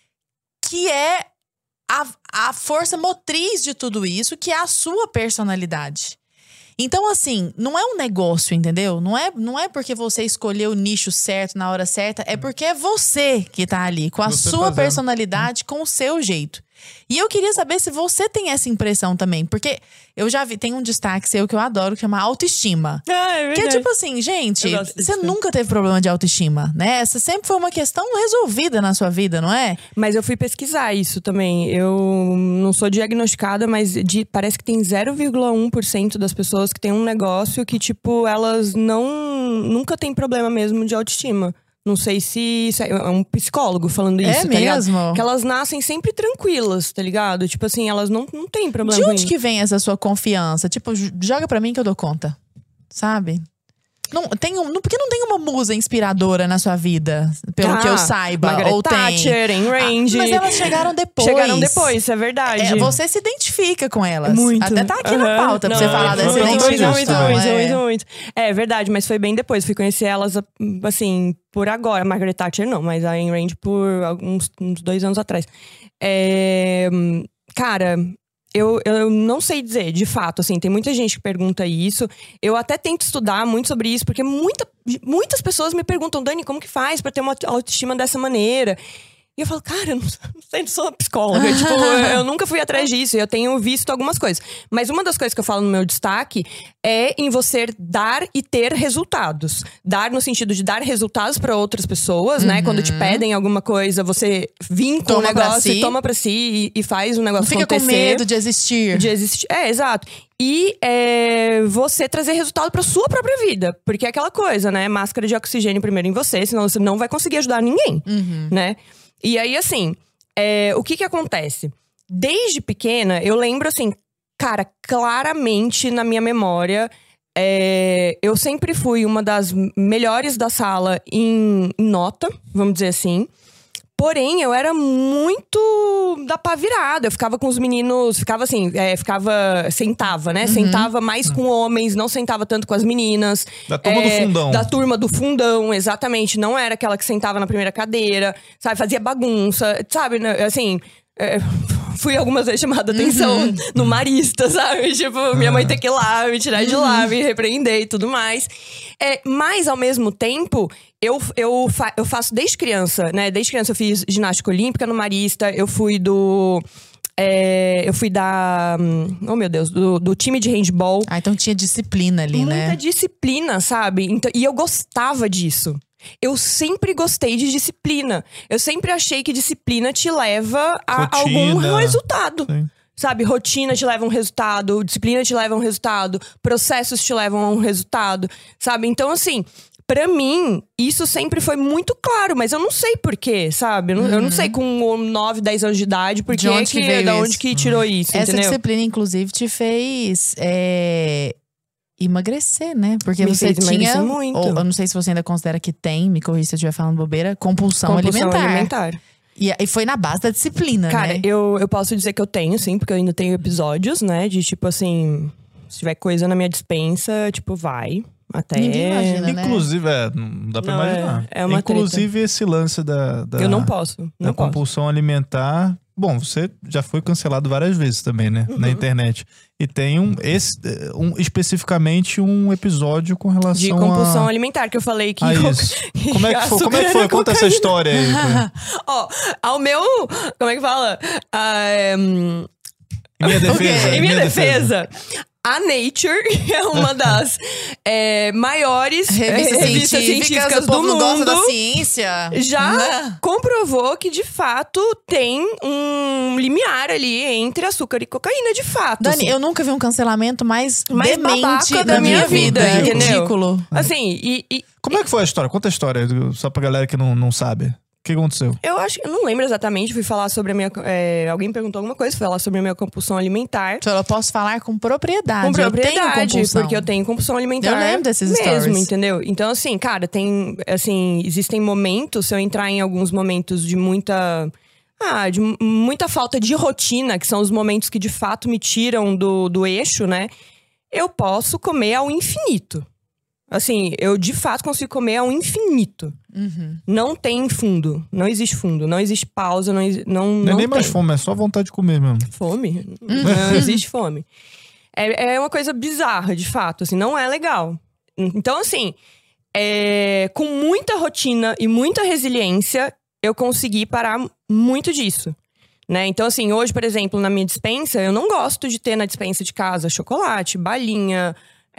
que é a, a força motriz de tudo isso, que é a sua personalidade. Então, assim, não é um negócio, entendeu? Não é, não é porque você escolheu o nicho certo na hora certa, é porque é você que tá ali, com a Você sua fazendo. personalidade, com o seu jeito. E eu queria saber se você tem essa impressão também, porque eu já vi, tem um destaque seu que eu adoro, que chama autoestima. Ah, é Que é verdade. tipo assim, gente, Eu gosto você disso. nunca teve problema de autoestima, né? Essa sempre foi uma questão resolvida na sua vida, não é? Mas eu fui pesquisar isso também. Eu não sou diagnosticada, mas de- parece que tem zero vírgula um por cento das pessoas que têm um negócio que, tipo, elas não nunca têm problema mesmo de autoestima. Não sei se isso é, é um psicólogo falando isso, É tá ligado? mesmo? Que elas nascem sempre tranquilas, tá ligado? Tipo assim, elas não, não têm problema De com onde isso. que vem essa sua confiança? Tipo, j- joga pra mim que eu dou conta, sabe? Não, tem um, não, porque não tem uma musa inspiradora na sua vida, pelo Ah, que eu saiba, Margaret ou tem. Thatcher, Ayn Rand. Ah, mas elas chegaram depois. Chegaram depois, isso é verdade. É, você se identifica com elas. Muito. Até tá aqui na Aham. pauta pra Não, você falar é, dessa foi muito, identificação. muito, muito, é. muito, muito. É verdade, mas foi bem depois. Fui conhecer elas, assim, por agora. Margaret Thatcher não, mas a Ayn Rand por alguns uns dois anos atrás. É, cara, eu, eu não sei dizer, de fato, assim, tem muita gente que pergunta isso. Eu até tento estudar muito sobre isso, porque muita, muitas pessoas me perguntam, Dani, como que faz pra ter uma autoestima dessa maneira? E eu falo, cara, eu não, não sei, não sou psicóloga. Tipo, eu, eu nunca fui atrás disso. Eu tenho visto algumas coisas. Mas uma das coisas que eu falo no meu destaque é em você dar e ter resultados. Dar no sentido de dar resultados pra outras pessoas, né? Quando te pedem alguma coisa, você vir com Toma um pra negócio si. e toma pra si e, e faz o negócio Não fica acontecer. com medo de existir. De existir. É, exato. E é, você trazer resultado pra sua própria vida. Porque é aquela coisa, né? Máscara de oxigênio primeiro em você, senão você não vai conseguir ajudar ninguém, né? E aí, assim, é, o que que acontece? Desde pequena, eu lembro, assim, cara, claramente na minha memória, é, eu sempre fui uma das melhores da sala em, em nota, vamos dizer assim. Porém, eu era muito da pá virada. Eu ficava com os meninos, ficava assim, é, ficava, sentava, né? Sentava mais com homens, não sentava tanto com as meninas. Da turma do fundão. Da turma do fundão, exatamente. Não era aquela que sentava na primeira cadeira, sabe? Fazia bagunça, sabe? né, Assim, é, fui algumas vezes chamada atenção no Marista, sabe? Tipo, minha mãe ter que ir lá, me tirar de lá, me repreender e tudo mais. É, mas, ao mesmo tempo, eu, eu, fa- eu faço desde criança, né? Desde criança eu fiz ginástica olímpica no Marista, eu fui do... é, eu fui da... hum, Oh, meu Deus, do, do time de handball. Ah, então tinha disciplina ali, Muita né? disciplina, sabe? Então, e eu gostava disso. Eu sempre gostei de disciplina. Eu sempre achei que disciplina te leva a Rotina. algum resultado. Sim. Sabe, rotina te leva a um resultado, disciplina te leva a um resultado, processos te levam a um resultado, sabe? Então, assim, pra mim, isso sempre foi muito claro, mas eu não sei porquê, sabe? Eu não, uhum. eu não sei com nove, dez anos de idade, porque de onde que, que veio da isso? onde que tirou isso, Essa entendeu? disciplina, inclusive, te fez é, emagrecer, né? Porque me você fez tinha, muito. ou eu não sei se você ainda considera que tem, me corrija se eu estiver falando bobeira, compulsão, compulsão alimentar. alimentar. E, e foi na base da disciplina, Cara, né? eu, eu posso dizer que eu tenho, sim, porque eu ainda tenho episódios, né? De tipo assim, se tiver coisa na minha dispensa, tipo, vai. Até. Ninguém imagina, né? Inclusive, é, não dá pra Não, imaginar. é- é uma Inclusive, treta. Esse lance da, da, Eu não posso. Não da posso. compulsão alimentar. Bom, você já foi cancelado várias vezes também, né? Uhum. Na internet. E tem um, esse, um, especificamente um episódio com relação De compulsão a... alimentar, que eu falei que. Ah, eu- isso. Como é que foi? Como é que açúcar foi? era Conta essa cocaína. história aí. cara. Ó, ao meu. Como é que fala? Ah, hum, Em minha o quê? defesa. Em minha defesa. A Nature é uma das é, maiores Revistas, é, revistas científicas, científicas o do povo não gosta da mundo. ciência. Já Né? comprovou que, de fato, tem um limiar ali entre açúcar e cocaína, de fato. Dani, assim. eu nunca vi um cancelamento mais, Mais demente babaca da da minha minha vida. vida, É entendeu? ridículo. Assim, e, e Como é que foi a história? Conta a história, só pra galera que não, não sabe. O que aconteceu? eu acho que eu não lembro exatamente, fui falar sobre a minha. é, alguém perguntou alguma coisa, fui falar sobre a minha compulsão alimentar. Só eu posso falar com propriedade. Com propriedade, eu tenho compulsão. porque eu tenho compulsão alimentar. Eu lembro desses mesmo, stories. entendeu? Então, assim, cara, tem. Assim, existem momentos, se eu entrar em alguns momentos de muita. Ah, de m- muita falta de rotina, que são os momentos que de fato me tiram do, do eixo, né? Eu posso comer ao infinito. Assim, eu de fato consigo comer ao infinito. Uhum. Não tem fundo. Não existe fundo. Não existe pausa. Não, exi- não, Não é não nem mais tem. fome, é só vontade de comer mesmo. Fome? Não existe fome. É, é uma coisa bizarra, de fato. Assim, não é legal. Então, assim, é, com muita rotina e muita resiliência, eu consegui parar muito disso. Né? Então, assim, hoje, por exemplo, na minha despensa, eu não gosto de ter na despensa de casa chocolate, balinha,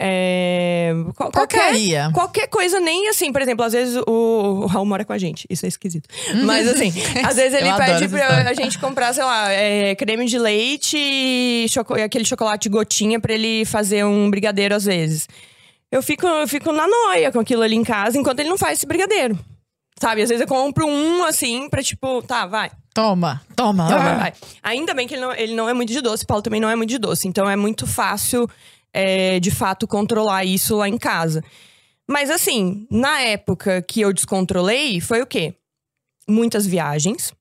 é, qual- qualquer, Porcaria. qualquer coisa, nem assim, por exemplo, às vezes o, o Raul mora com a gente, isso é esquisito. Mas assim, às vezes ele Eu adoro pede essa pra história. a gente comprar, sei lá, é, creme de leite e choco- e aquele chocolate gotinha pra ele fazer um brigadeiro às vezes. Eu fico, eu fico na noia com aquilo ali em casa, enquanto ele não faz esse brigadeiro. Sabe, às vezes eu compro um, assim, pra tipo, tá, vai. Toma, toma. Toma, Ah. vai. Ainda bem que ele não, ele não é muito de doce, Paulo também não é muito de doce. Então é muito fácil, é, de fato, controlar isso lá em casa. Mas assim, na época que eu descontrolei, foi o quê? Muitas viagens.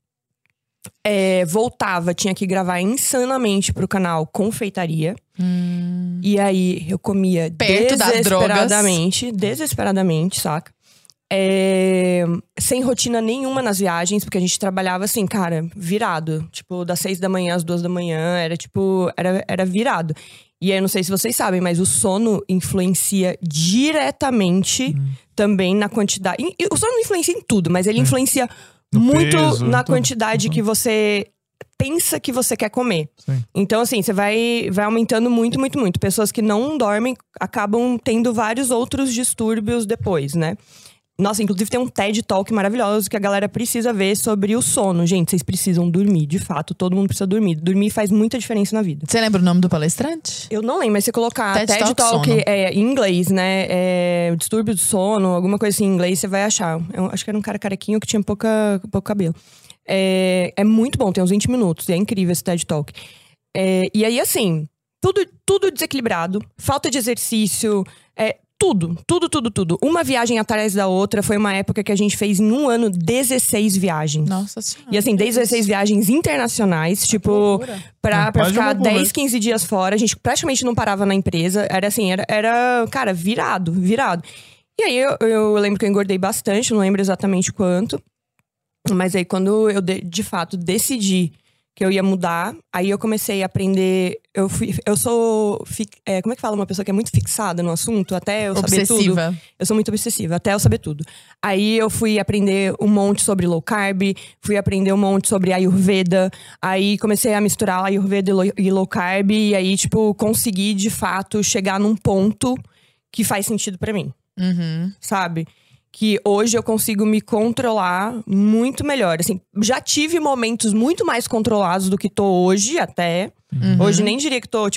É, voltava, tinha que gravar insanamente pro canal Confeitaria. Hum. E aí eu comia Perto das desesperadamente, desesperadamente, saca? É, sem rotina nenhuma nas viagens, porque a gente trabalhava assim, cara, virado. Tipo, das seis da manhã às duas da manhã, era tipo, era, era virado. E aí, eu não sei se vocês sabem, mas o sono influencia diretamente Hum. também na quantidade. e- e O sono não influencia em tudo, mas ele influencia No muito peso, na tudo. quantidade Uhum. que você pensa que você quer comer. Sim. Então, assim, você vai, vai aumentando muito, muito, muito. Pessoas que não dormem acabam tendo vários outros distúrbios depois, né? Nossa, inclusive tem um TED Talk maravilhoso que a galera precisa ver sobre o sono. Gente, vocês precisam dormir, de fato. Todo mundo precisa dormir. Dormir faz muita diferença na vida. Você lembra o nome do palestrante? Eu não lembro, mas se colocar TED TED, Talk Talk, sono. é, em inglês, né? É, distúrbio do sono, alguma coisa assim em inglês, você vai achar. Eu acho que era um cara carequinho que tinha pouca, pouco cabelo. É, é muito bom, tem uns vinte minutos. E é incrível esse TED Talk. É, e aí, assim, tudo, tudo desequilibrado. Falta de exercício. É, tudo, tudo, tudo, tudo. Uma viagem atrás da outra. Foi uma época que a gente fez em um ano dezesseis viagens. Nossa senhora. E assim, dezesseis viagens internacionais, tipo, loucura. pra, Não, pra quase ficar uma boleta. dez, quinze dias fora. A gente praticamente não parava na empresa. Era assim, era, era cara, virado, virado. E aí, eu, eu lembro que eu engordei bastante, não lembro exatamente quanto. Mas aí, quando eu, de, de fato, decidi que eu ia mudar, aí eu comecei a aprender. Eu, fui, eu sou. fi- é, como é que fala uma pessoa que é muito fixada no assunto? Até eu saber tudo. Obsessiva. Eu sou muito obsessiva, até eu saber tudo. Aí eu fui aprender um monte sobre low carb, fui aprender um monte sobre Ayurveda. Aí comecei a misturar Ayurveda e low, e low carb. E aí, tipo, consegui, de fato, chegar num ponto que faz sentido pra mim, Uhum. sabe? Que hoje eu consigo me controlar muito melhor. Assim, já tive momentos muito mais controlados do que tô hoje, até. Uhum. Hoje nem diria que tô, tipo,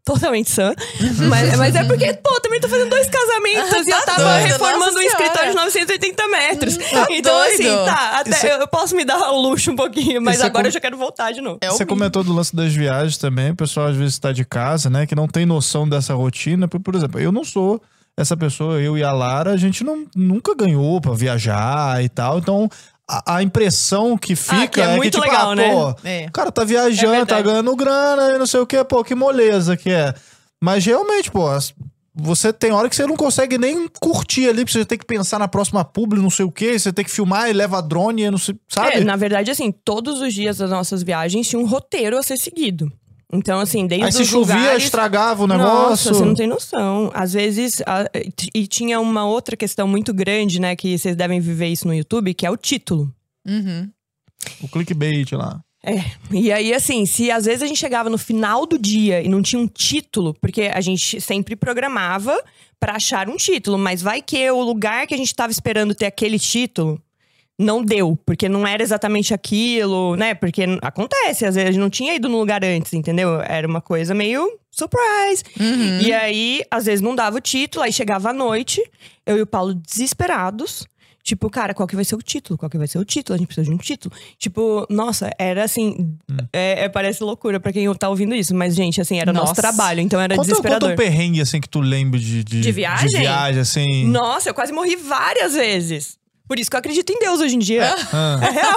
totalmente sã. mas, mas é porque, pô, também tô fazendo dois casamentos e eu tava doido, reformando nossa um escritório senhora. de novecentos e oitenta metros. Tá então, doido. assim, tá, até Isso é- eu, eu posso me dar o luxo um pouquinho, mas Isso é agora com- eu já quero voltar de novo. É o Você mínimo. comentou do lance das viagens também. O pessoal às vezes está de casa, né? Que não tem noção dessa rotina. Por, por exemplo, eu não sou essa pessoa, eu e a Lara, a gente não, nunca ganhou pra viajar e tal. Então, a, a impressão que fica Ah, que é é, muito que, tipo, legal, ah, né? pô, É. o cara tá É viajando, verdade. tá ganhando grana e não sei o que, pô, que moleza que é. Mas realmente, pô, as- você tem hora que você não consegue nem curtir ali, porque você tem que pensar na próxima publi, não sei o que, você tem que filmar e leva drone, não sei, sabe? É, na verdade, assim, todos os dias das nossas viagens tinha um roteiro a ser seguido. Então, assim, desde Aí se os chovia, lugares... estragava o Nossa, negócio. você não tem noção. Às vezes, a- e tinha uma outra questão muito grande, né, que vocês devem viver isso no YouTube, que é o título. Uhum. O clickbait lá. É, e aí assim, se às vezes a gente chegava no final do dia e não tinha um título, porque a gente sempre programava pra achar um título, mas vai que o lugar que a gente tava esperando ter aquele título não deu, porque não era exatamente aquilo, né? Porque acontece, às vezes a gente não tinha ido no lugar antes, entendeu? Era uma coisa meio surprise. Uhum. E aí, às vezes não dava o título, aí chegava à noite, eu e o Paulo desesperados. Tipo, cara, qual que vai ser o título? Qual que vai ser o título? A gente precisa de um título. Tipo, nossa, era assim... É, é- parece loucura pra quem tá ouvindo isso. Mas, gente, assim, era Nossa. nosso trabalho. Então era Conta, desesperador. conta um perrengue, assim, que tu lembra de... De, De viagem? De viagem, assim. Nossa, eu quase morri várias vezes. Por isso que eu acredito em Deus hoje em dia. Ah. É real.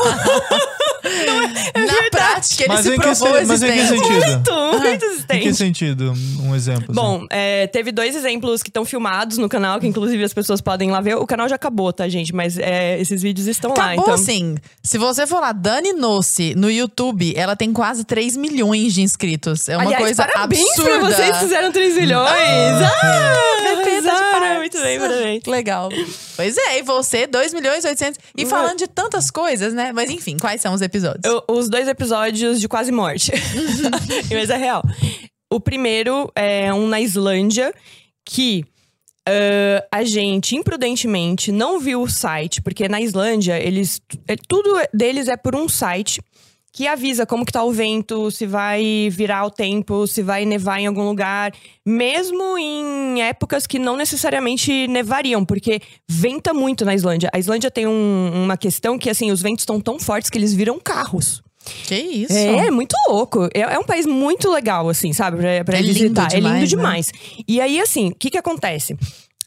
Na prática, ele Mas se em que provou se- mas em que existente. sentido? Muito, muito Em que existente. sentido? Um exemplo. assim. Bom, é, teve dois exemplos que estão filmados no canal, que inclusive as pessoas podem ir lá ver. O canal já acabou, tá, gente? Mas é, esses vídeos estão lá. Acabou Então... assim. Se você for lá, Dani Nossi, no YouTube, ela tem quase três milhões de inscritos. É uma Aliás, coisa parabéns absurda. pra vocês que fizeram três milhões. Ah, Repita de arrasaram. partes. Muito bem, parabéns. Legal. Pois é, e você, dois milhões e oitocentos. E falando de tantas coisas, né? Mas enfim, quais são os episódios? Eu- os dois episódios de quase morte. Mas é real. O primeiro é um na Islândia, que ah, a gente, imprudentemente, não viu o site. Porque na Islândia, eles é- tudo deles é por um site que avisa como que tá o vento, se vai virar o tempo, se vai nevar em algum lugar. Mesmo em épocas que não necessariamente nevariam, porque venta muito na Islândia. A Islândia tem um- uma questão que, assim, os ventos estão tão fortes que eles viram carros. Que isso? É, muito louco. É, é um país muito legal, assim, sabe? Pra, pra É ir lindo visitar. é demais, lindo né? demais. E aí, assim, o que que acontece?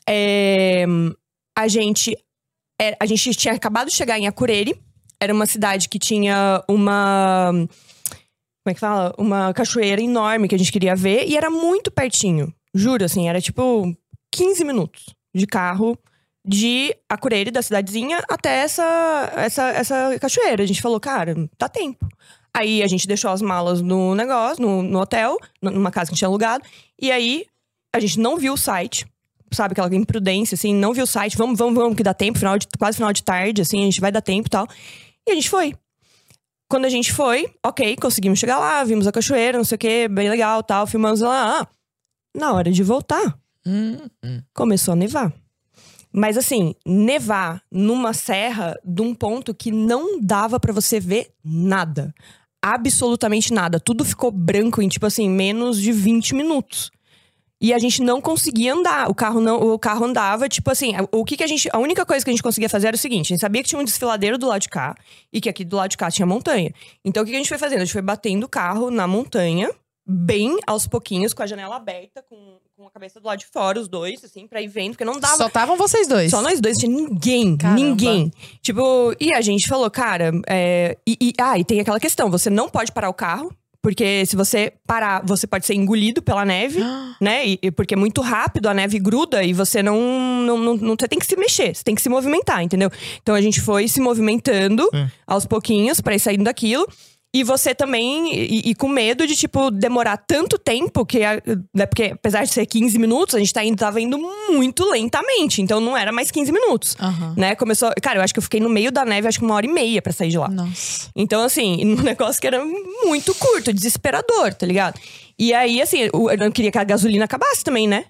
É, a gente... é, a gente tinha acabado de chegar em Akureyri. Era uma cidade que tinha uma... Como é que fala? Uma cachoeira enorme que a gente queria ver. E era muito pertinho. Juro, assim. Era tipo quinze minutos de carro de Akureyri, da cidadezinha, até essa, essa, essa cachoeira. A gente falou, cara, dá tempo. Aí a gente deixou as malas no negócio, no, no hotel, numa casa que a gente tinha alugado. E aí a gente não viu o site. Sabe, aquela imprudência, assim, não viu o site. Vamos, vamos, vamos, que dá tempo. Final de, quase final de tarde, assim, a gente vai dar tempo e tal. E a gente foi. Quando a gente foi, ok, conseguimos chegar lá, vimos a cachoeira, não sei o quê, bem legal, tal, filmamos lá. Ah, na hora de voltar, Hum, hum. começou a nevar. Mas assim, nevar numa serra de um ponto que não dava pra você ver nada. Absolutamente nada. Tudo ficou branco em, tipo assim, menos de vinte minutos. E a gente não conseguia andar. O carro não, o carro andava, tipo assim, o que que a gente, a única coisa que a gente conseguia fazer era o seguinte, a gente sabia que tinha um desfiladeiro do lado de cá e que aqui do lado de cá tinha montanha. Então o que que a gente foi fazendo? A gente foi batendo o carro na montanha, bem aos pouquinhos, com a janela aberta, com, com a cabeça do lado de fora, os dois, assim, pra ir vendo, porque não dava. Só estavam vocês dois. Só nós dois, não tinha ninguém, Caramba. ninguém. Tipo, e a gente falou, cara, é, e, e- ah, e tem aquela questão, você não pode parar o carro, porque se você parar, você pode ser engolido pela neve, né? E, e porque é muito rápido, a neve gruda e você não, não, não, não- Você tem que se mexer, você tem que se movimentar, entendeu? Então a gente foi se movimentando Sim. aos pouquinhos pra ir saindo daquilo. E você também, e, e com medo de, tipo, demorar tanto tempo, que a- né, porque apesar de ser quinze minutos, a gente tá indo, tava indo muito lentamente. Então não era mais quinze minutos, Aham. né? Começou... Cara, eu acho que eu fiquei no meio da neve, acho que uma hora e meia pra sair de lá. Nossa. Então, assim, um negócio que era muito curto, desesperador, tá ligado? E aí, assim, eu eu não queria que a gasolina acabasse também, né?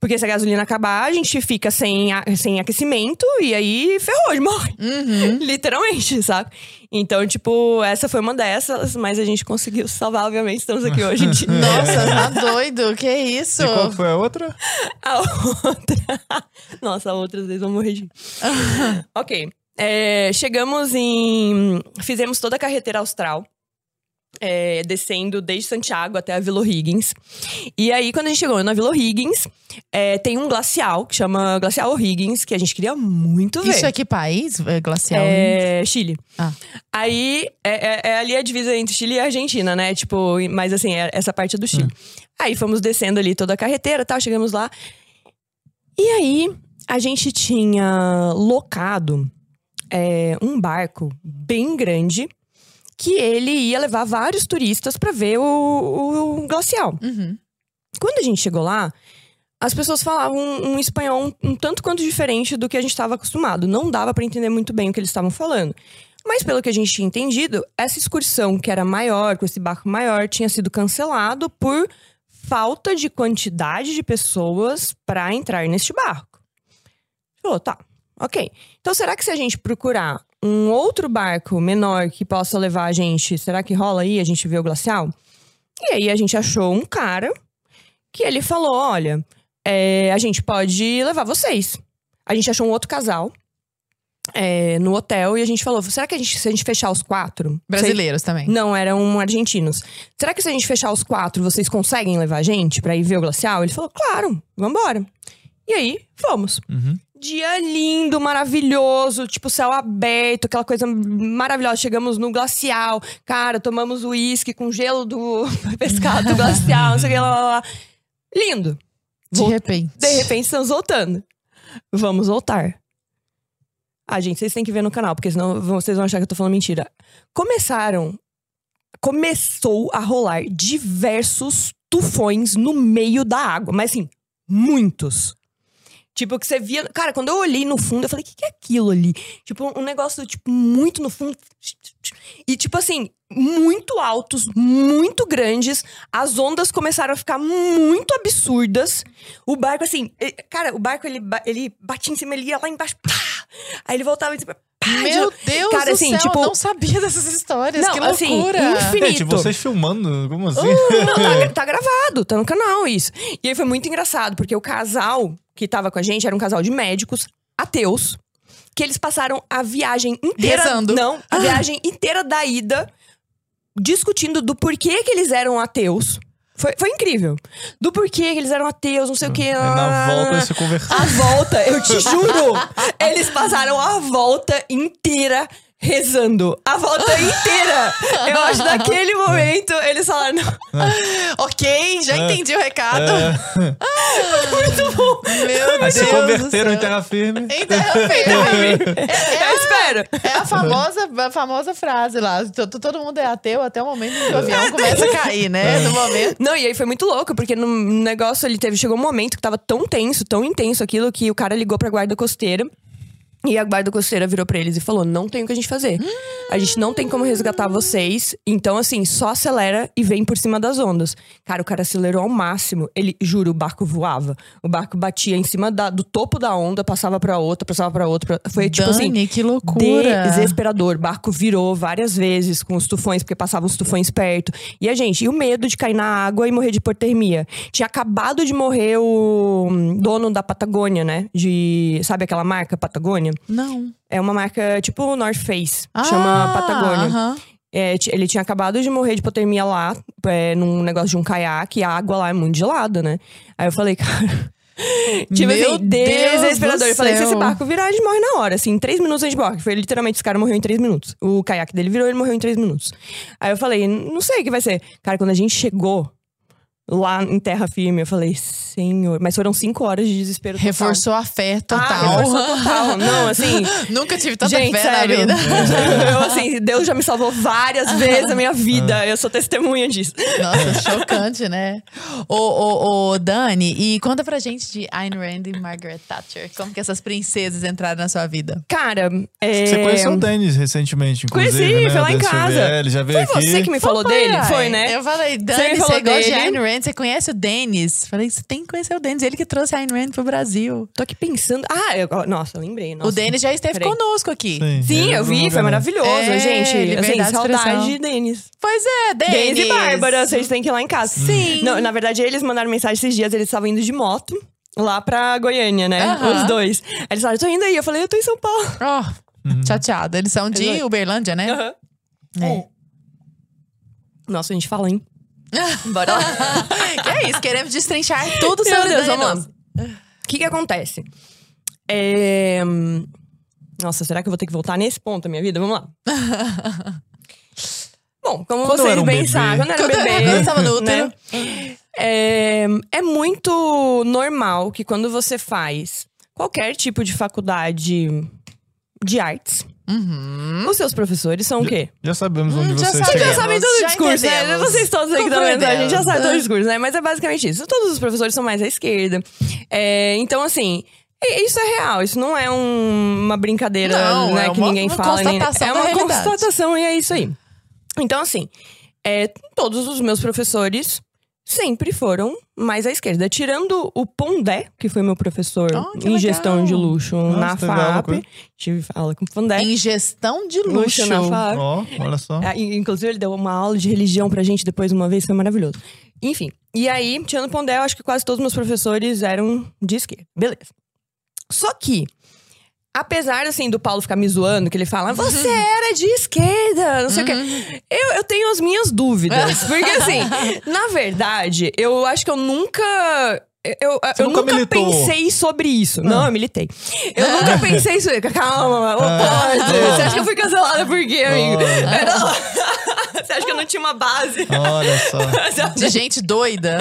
Porque se a gasolina acabar, a gente fica sem, a, sem aquecimento e aí ferrou, a gente morre. Uhum. Literalmente, sabe? Então, tipo, essa foi uma dessas, mas a gente conseguiu salvar, obviamente. Estamos aqui hoje em dia. Nossa, tá doido, que isso? E qual foi a outra? A outra. Nossa, a outra às vezes vão morrer de. Ok. É, chegamos em. Fizemos toda a carretera austral. É, descendo desde Santiago até a Vila O'Higgins. E aí, quando a gente chegou na Vila O'Higgins, é, tem um glacial que chama Glacial O'Higgins, que a gente queria muito ver. Isso é que país? É glacial? É Chile. Ah. Aí, é, é, é ali a divisa entre Chile e Argentina, né? Tipo, mas assim, é essa parte é do Chile. Hum. Aí fomos descendo ali toda a carreteira e tal, chegamos lá. E aí, a gente tinha locado é, um barco bem grande que ele ia levar vários turistas pra ver o, o, o glacial. Uhum. Quando a gente chegou lá, as pessoas falavam um, um espanhol um, um tanto quanto diferente do que a gente estava acostumado. Não dava pra entender muito bem o que eles estavam falando. Mas pelo que a gente tinha entendido, essa excursão que era maior, com esse barco maior, tinha sido cancelado por falta de quantidade de pessoas pra entrar neste barco. Falou, tá, ok. Então será que se a gente procurar um outro barco menor que possa levar a gente, será que rola aí a gente vê o glacial? E aí a gente achou um cara que ele falou, olha, é, a gente pode levar vocês. A gente achou um outro casal é, no hotel e a gente falou, será que a gente, se a gente fechar os quatro... Brasileiros vocês... também. Não, eram argentinos. Será que se a gente fechar os quatro, vocês conseguem levar a gente pra ir ver o glacial? Ele falou, claro, vambora. E aí, fomos. Uhum. Dia lindo, maravilhoso, tipo céu aberto, aquela coisa maravilhosa. Chegamos no glacial, cara, tomamos uísque com gelo do pescado do glacial, não sei o que, lá, lá, lá. Lindo. De Vol- repente. De repente estamos voltando. Vamos voltar. Ah, gente, vocês têm que ver no canal, porque senão vocês vão achar que eu tô falando mentira. Começaram, começou a rolar diversos tufões no meio da água, mas assim, muitos. Tipo, que você via... Cara, quando eu olhei no fundo, eu falei, o que, que é aquilo ali? Tipo, um negócio, tipo, muito no fundo. E, tipo assim, muito altos, muito grandes. As ondas começaram a ficar muito absurdas. O barco, assim... Ele, cara, o barco, ele, ele batia em cima, ele ia lá embaixo. Pá! Aí ele voltava em cima. Pá! Meu Deus cara, do assim, céu, tipo, eu não sabia dessas histórias. Não, que assim, loucura. infinito. Gente, vocês filmando? Como assim? Uh, não, tá, tá gravado, tá no canal isso. E aí foi muito engraçado, porque o casal que tava com a gente era um casal de médicos ateus, que eles passaram a viagem inteira... Rezando. Não, a Ah. viagem inteira da ida discutindo do porquê que eles eram ateus. Foi, foi incrível. Do porquê que eles eram ateus, não sei o quê. Aí na volta eles se conversaram. A volta, eu te juro. Eles passaram a volta inteira rezando. A volta inteira. Eu acho que naquele momento eles falaram... Ok, já entendi o recado. Muito bom. Meu Aí Deus se converteram do céu. em terra firme. Em terra firme. Eu espero. É a famosa, a famosa frase lá. T- t- Todo mundo é ateu até o momento em que o avião começa a cair, né? No momento. Não, e aí foi muito louco, porque no negócio ele teve... Chegou um momento que tava tão tenso, tão intenso aquilo, que o cara ligou pra guarda costeira. E a guarda costeira virou pra eles e falou, não tem o que a gente fazer. A gente não tem como resgatar vocês. Então, assim, só acelera e vem por cima das ondas. Cara, o cara acelerou ao máximo. Ele, juro, o barco voava. O barco batia em cima da- do topo da onda, passava pra outra, passava pra outra. Pra... Foi tipo Dani, assim... que loucura. Desesperador. O barco virou várias vezes com os tufões, porque passavam os tufões perto. E a gente, e o medo de cair na água e morrer de hipotermia. Tinha acabado de morrer o dono da Patagônia, né? De, sabe aquela marca Patagônia? Não. É uma marca tipo North Face, Ah, chama Patagônia. aham. É, t- ele tinha acabado de morrer de hipotermia lá, é, num negócio de um caiaque, e a água lá é muito gelada, né? Aí eu falei, cara. Tipo Meu assim, Deus desesperador. do Eu falei, se céu. esse barco virar, a gente morre na hora. Assim, em três minutos a gente morre. Foi literalmente, esse cara morreu em três minutos. O caiaque dele virou, ele morreu em três minutos. Aí eu falei, não sei o que vai ser. Cara, quando a gente chegou lá em terra firme, eu falei, senhor. Mas foram cinco horas de desespero total. Reforçou a fé total. Ah, reforçou total. Não, assim... Nunca tive tanta Gente, fé sério. na vida. Eu, assim, Deus já me salvou várias vezes na minha vida. Eu sou testemunha disso. Nossa, chocante, né? Ô, ô, ô, Dani, e conta pra gente de Ayn Rand e Margaret Thatcher. Como que essas princesas entraram na sua vida? Cara, é... Você conheceu o Denis recentemente, inclusive, Conheci, né? foi lá em Da casa. C V L, já veio Foi aqui. você que me falou Foi, dele? ai. Foi, né? Eu falei, Você Dani, me você falou gosta de dele. Ayn Rand, você conhece o Denis? Falei, você tem que conhecer o Denis. Ele que trouxe a Ayn Rand pro Brasil. Tô aqui pensando. Ah, eu, nossa, lembrei. Nossa. O Denis já esteve Peraí. conosco aqui. Sim, Sim, eu vi, foi maravilhoso, É, gente. Assim, liberdade de saudade expressão. de Denis. Pois é, Denis. Denis e Bárbara, vocês têm que ir lá em casa. Sim. Não, na verdade, eles mandaram mensagem esses dias, eles estavam indo de moto lá pra Goiânia, né? Aham. Os dois. Aí eles falaram, tô indo aí. Eu falei, eu tô em São Paulo. Ó, chateada. Eles são de Exato. Uberlândia, né? Aham. É. Nossa, a gente fala, hein? Bora lá. Que é isso, queremos destrinchar tudo Meu sobre Deus, Dani vamos Nossi. O que que acontece? É... Nossa, será que eu vou ter que voltar nesse ponto da minha vida? Vamos lá. Bom, como Quando eu era vocês um bem bebê. sabem, quando eu era Quando bebê, eu estava no útero. né? É, é muito normal que quando você faz qualquer tipo de faculdade de artes, Uhum. os seus professores são o quê? Já sabemos onde Hum, já vocês sabemos. Já chegaram. sabem todo o Já discurso, né? entendemos. Vocês todos aí que estão vendo a gente já sabem todo o Compreendemos. discurso, né? Mas é basicamente isso. Todos os professores são mais à esquerda. É, então, assim, e- isso é real. Isso não é um- uma brincadeira, Não, né? é que uma- ninguém uma fala. nem- constatação é da uma realidade. constatação e é isso aí. Então, assim, é, todos os meus professores sempre foram mais à esquerda. Tirando o Pondé, que foi meu professor Oh, que em legal. gestão de luxo Nossa, na teve aula com F A P. ele? Tive aula com o Pondé. Em gestão de Luxo luxo. na F A P. Ó, olha só. Ah, e- Inclusive, ele deu uma aula de religião pra gente depois uma vez, foi maravilhoso. Enfim, e aí, tirando Pondé, eu acho que quase todos os meus professores eram de esquerda. Beleza. Só que, apesar, assim, do Paulo ficar me zoando, que ele fala, você era de esquerda, não sei o quê. Eu, eu tenho as minhas dúvidas. Porque, assim, na verdade, eu acho que eu nunca... Eu, eu nunca nunca militou? pensei sobre isso. Não, eu militei. Eu nunca pensei sobre... Calma, ô pode. Você acha que eu fui cancelada por quê, amigo? Olha. Era lá. Você acha que eu não tinha uma base? Olha só. De gente doida.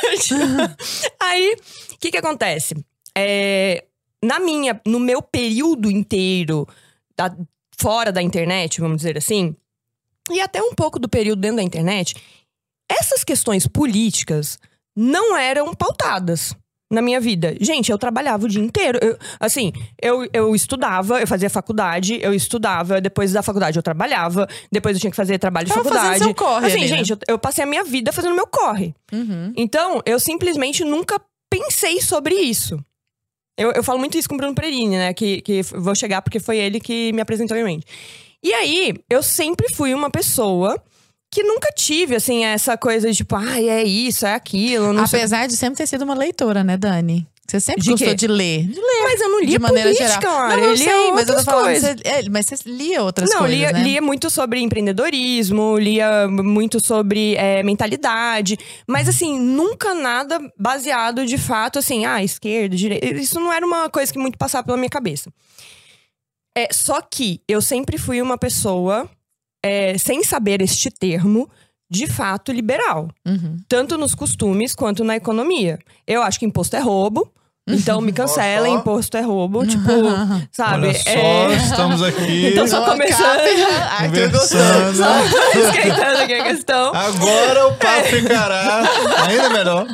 Aí, o que que acontece? É, na minha, no meu período inteiro da- fora da internet, vamos dizer assim, e até um pouco do período dentro da internet, essas questões políticas não eram pautadas na minha vida. Gente, eu trabalhava o dia inteiro. Eu, assim, eu, eu estudava, eu fazia faculdade, eu estudava, depois da faculdade eu trabalhava, depois eu tinha que fazer trabalho de Tava fazendo faculdade. seu corre assim, ali, né? gente, eu, eu passei a minha vida fazendo meu corre. Uhum. Então, eu simplesmente nunca pensei sobre isso. Eu, eu falo muito isso com o Bruno Perini, né? Que, que vou chegar porque foi ele que me apresentou em mente. E aí, eu sempre fui uma pessoa que nunca tive, assim, essa coisa de tipo, ah, é isso, é aquilo, não sei. Apesar de sempre ter sido uma leitora, né, Dani? Você sempre De gostou quê? de ler. De ler. Mas eu não lia de maneira política, geral. Lara, Não, eu eu lia sei, mas eu tô outras falando. coisas. Você, é, mas você lia outras Não, coisas, lia, né? lia muito sobre empreendedorismo, lia muito sobre é, mentalidade. Mas, assim, nunca nada baseado de fato, assim, ah, esquerda, direita. Isso não era uma coisa que muito passava pela minha cabeça. É, só que eu sempre fui uma pessoa, é, sem saber este termo, de fato liberal. Uhum. Tanto nos costumes quanto na economia. Eu acho que imposto é roubo. Então me cancela, Olha só. imposto é roubo. Tipo, sabe? Olha só, É... estamos aqui Então, só começando. Arthur gostou. conversando. Esquentando aqui a questão. Agora o papo ficará ainda melhor.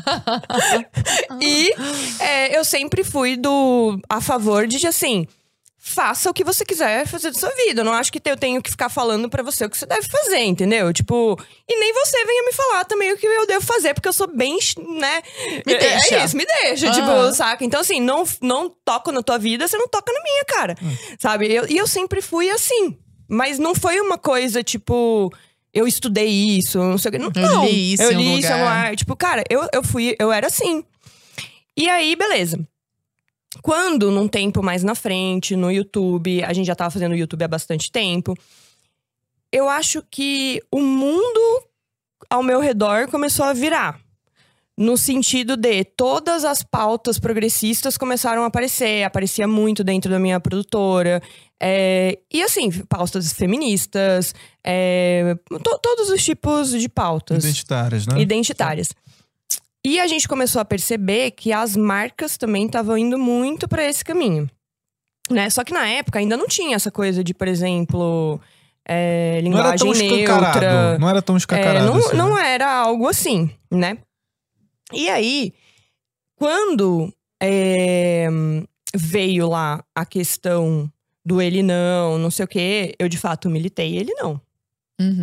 E é, eu sempre fui do a favor de, assim, faça o que você quiser fazer da sua vida. Eu não acho que eu tenho que ficar falando pra você o que você deve fazer, entendeu? Tipo, e nem você venha me falar também o que eu devo fazer, porque eu sou bem, né? Me é, deixa. É isso, me deixa, Aham. tipo, saca? Então, assim, não, não toco na tua vida, você não toca na minha, cara. Sabe? Eu, e eu sempre fui assim. Mas não foi uma coisa, tipo... Eu estudei isso, não sei o que. Não, Eu não. li isso eu em um li isso em algum lugar. lugar. Tipo, cara, eu, eu fui... Eu era assim. E aí, beleza. Quando, num tempo mais na frente, no YouTube, a gente já tava fazendo YouTube há bastante tempo, eu acho que o mundo ao meu redor começou a virar. No sentido de todas as pautas progressistas começaram a aparecer, aparecia muito dentro da minha produtora. É, e assim, pautas feministas, é, to- todos os tipos de pautas Identitárias, né? identitárias. E a gente começou a perceber que as marcas também estavam indo muito para esse caminho, né? Só que na época ainda não tinha essa coisa de, por exemplo, é, Não era tão linguagem escancarado. neutra. Não era tão É, escancarado. não, assim, não né? era algo assim, né? E aí, quando é, veio lá a questão do ele não, não sei o quê, eu de fato militei ele não. Uhum.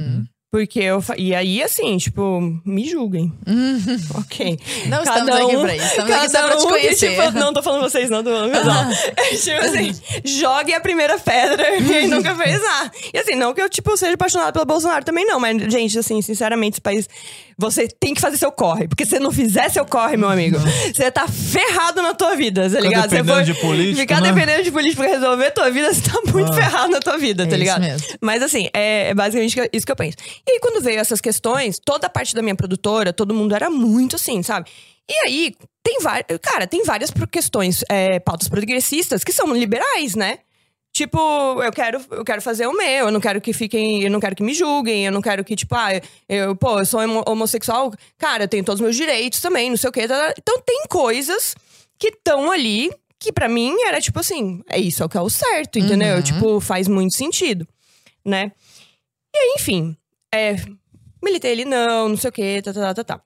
Porque eu... fa- E aí, assim, tipo, me julguem. Ok. Não Cada estamos aqui um- pra isso. Estamos aqui só pra te um que, conhecer. tipo, não tô falando vocês, não, tô falando casal. É, tipo assim, jogue a primeira pedra quem nunca fez nada. E assim, não que eu, tipo, seja apaixonada pelo Bolsonaro também, não. Mas, gente, assim, sinceramente, esse país... Você tem que fazer seu corre. Porque se você não fizer seu corre, meu amigo, você tá ferrado na tua vida, tá ligado? Você dependendo de político, Ficar né? dependendo de político pra resolver a tua vida, você tá muito Ah. ferrado na tua vida, tá É isso ligado? mesmo. Mas assim, é, é basicamente isso que eu penso. E aí, quando veio essas questões, toda a parte da minha produtora, todo mundo era muito assim, sabe? E aí, tem várias. Cara, tem várias pro- questões, é, pautas progressistas que são liberais, né? Tipo, eu quero, eu quero fazer o meu, eu não quero que fiquem, eu não quero que me julguem, eu não quero que, tipo, ah, eu, pô, eu sou homo- homossexual, cara, eu tenho todos os meus direitos também, não sei o quê. Tá, tá. Então tem coisas que estão ali que pra mim era tipo assim, é isso, é o que é o certo, entendeu? Uhum. Tipo, faz muito sentido, né? E aí, enfim, é, militei ali, não, não sei o quê, tá, tá, tá, tá, tá.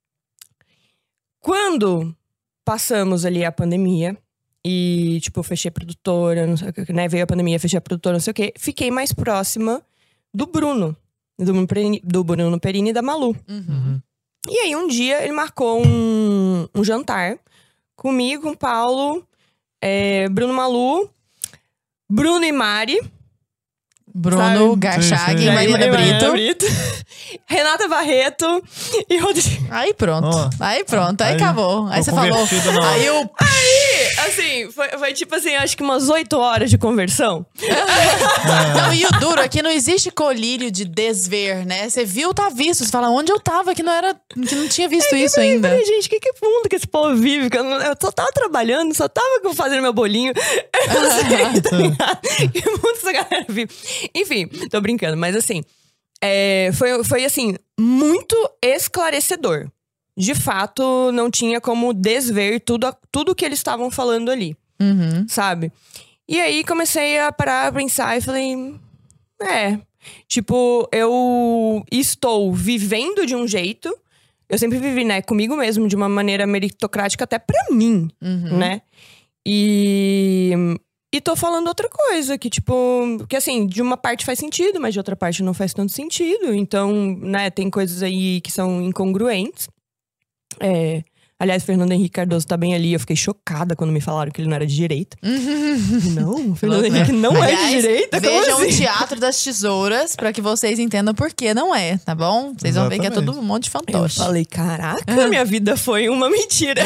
Quando passamos ali a pandemia e, tipo, eu fechei a produtora, não sei o que, né? Veio a pandemia, fechei a produtora, não sei o quê. Fiquei mais próxima do Bruno, do Bruno Perini, do Bruno Perini e da Malu. Uhum. E aí, um dia, ele marcou um, um jantar comigo, com o Paulo, é, Bruno Malu, Bruno e Mari. Bruno Sabe? Garchag Sim, e sim. Marina Brito. Renata Barreto e Rodrigo. Aí pronto. Ó, aí pronto, aí, aí acabou. Aí tô você falou. convertido na- Aí o. Assim, foi, foi tipo assim, acho que umas oito horas de conversão. Não, e o duro é que não existe colírio de desver, né? Você viu, tá visto. Você fala, onde eu tava, que não era. Que não tinha visto isso ainda. Falei, gente, que, que mundo que esse povo vive? Que Eu, não- eu só tava trabalhando, só tava fazendo meu bolinho. Eu não sei, tá ligado? Que mundo que essa galera vive. Enfim, tô brincando, mas assim, é, foi, foi assim, muito esclarecedor. De fato, não tinha como desver tudo, tudo que eles estavam falando ali, Uhum. sabe? E aí comecei a parar, a pensar e falei, é, tipo, eu estou vivendo de um jeito, eu sempre vivi, né, comigo mesmo, de uma maneira meritocrática até pra mim, Uhum. né? E, e tô falando outra coisa, que tipo, que assim, de uma parte faz sentido, mas de outra parte não faz tanto sentido. Então, né, tem coisas aí que são incongruentes. É, aliás, Fernando Henrique Cardoso tá bem ali. Eu fiquei chocada quando me falaram que ele não era de direita. Não, o Fernando Henrique não é de Aliás, direita. Como Vejam assim? o Teatro das Tesouras pra que vocês entendam por que não é, tá bom? Vocês vão ver que é Exatamente. tudo um monte de Eu fantoche. falei, caraca, minha vida foi uma mentira.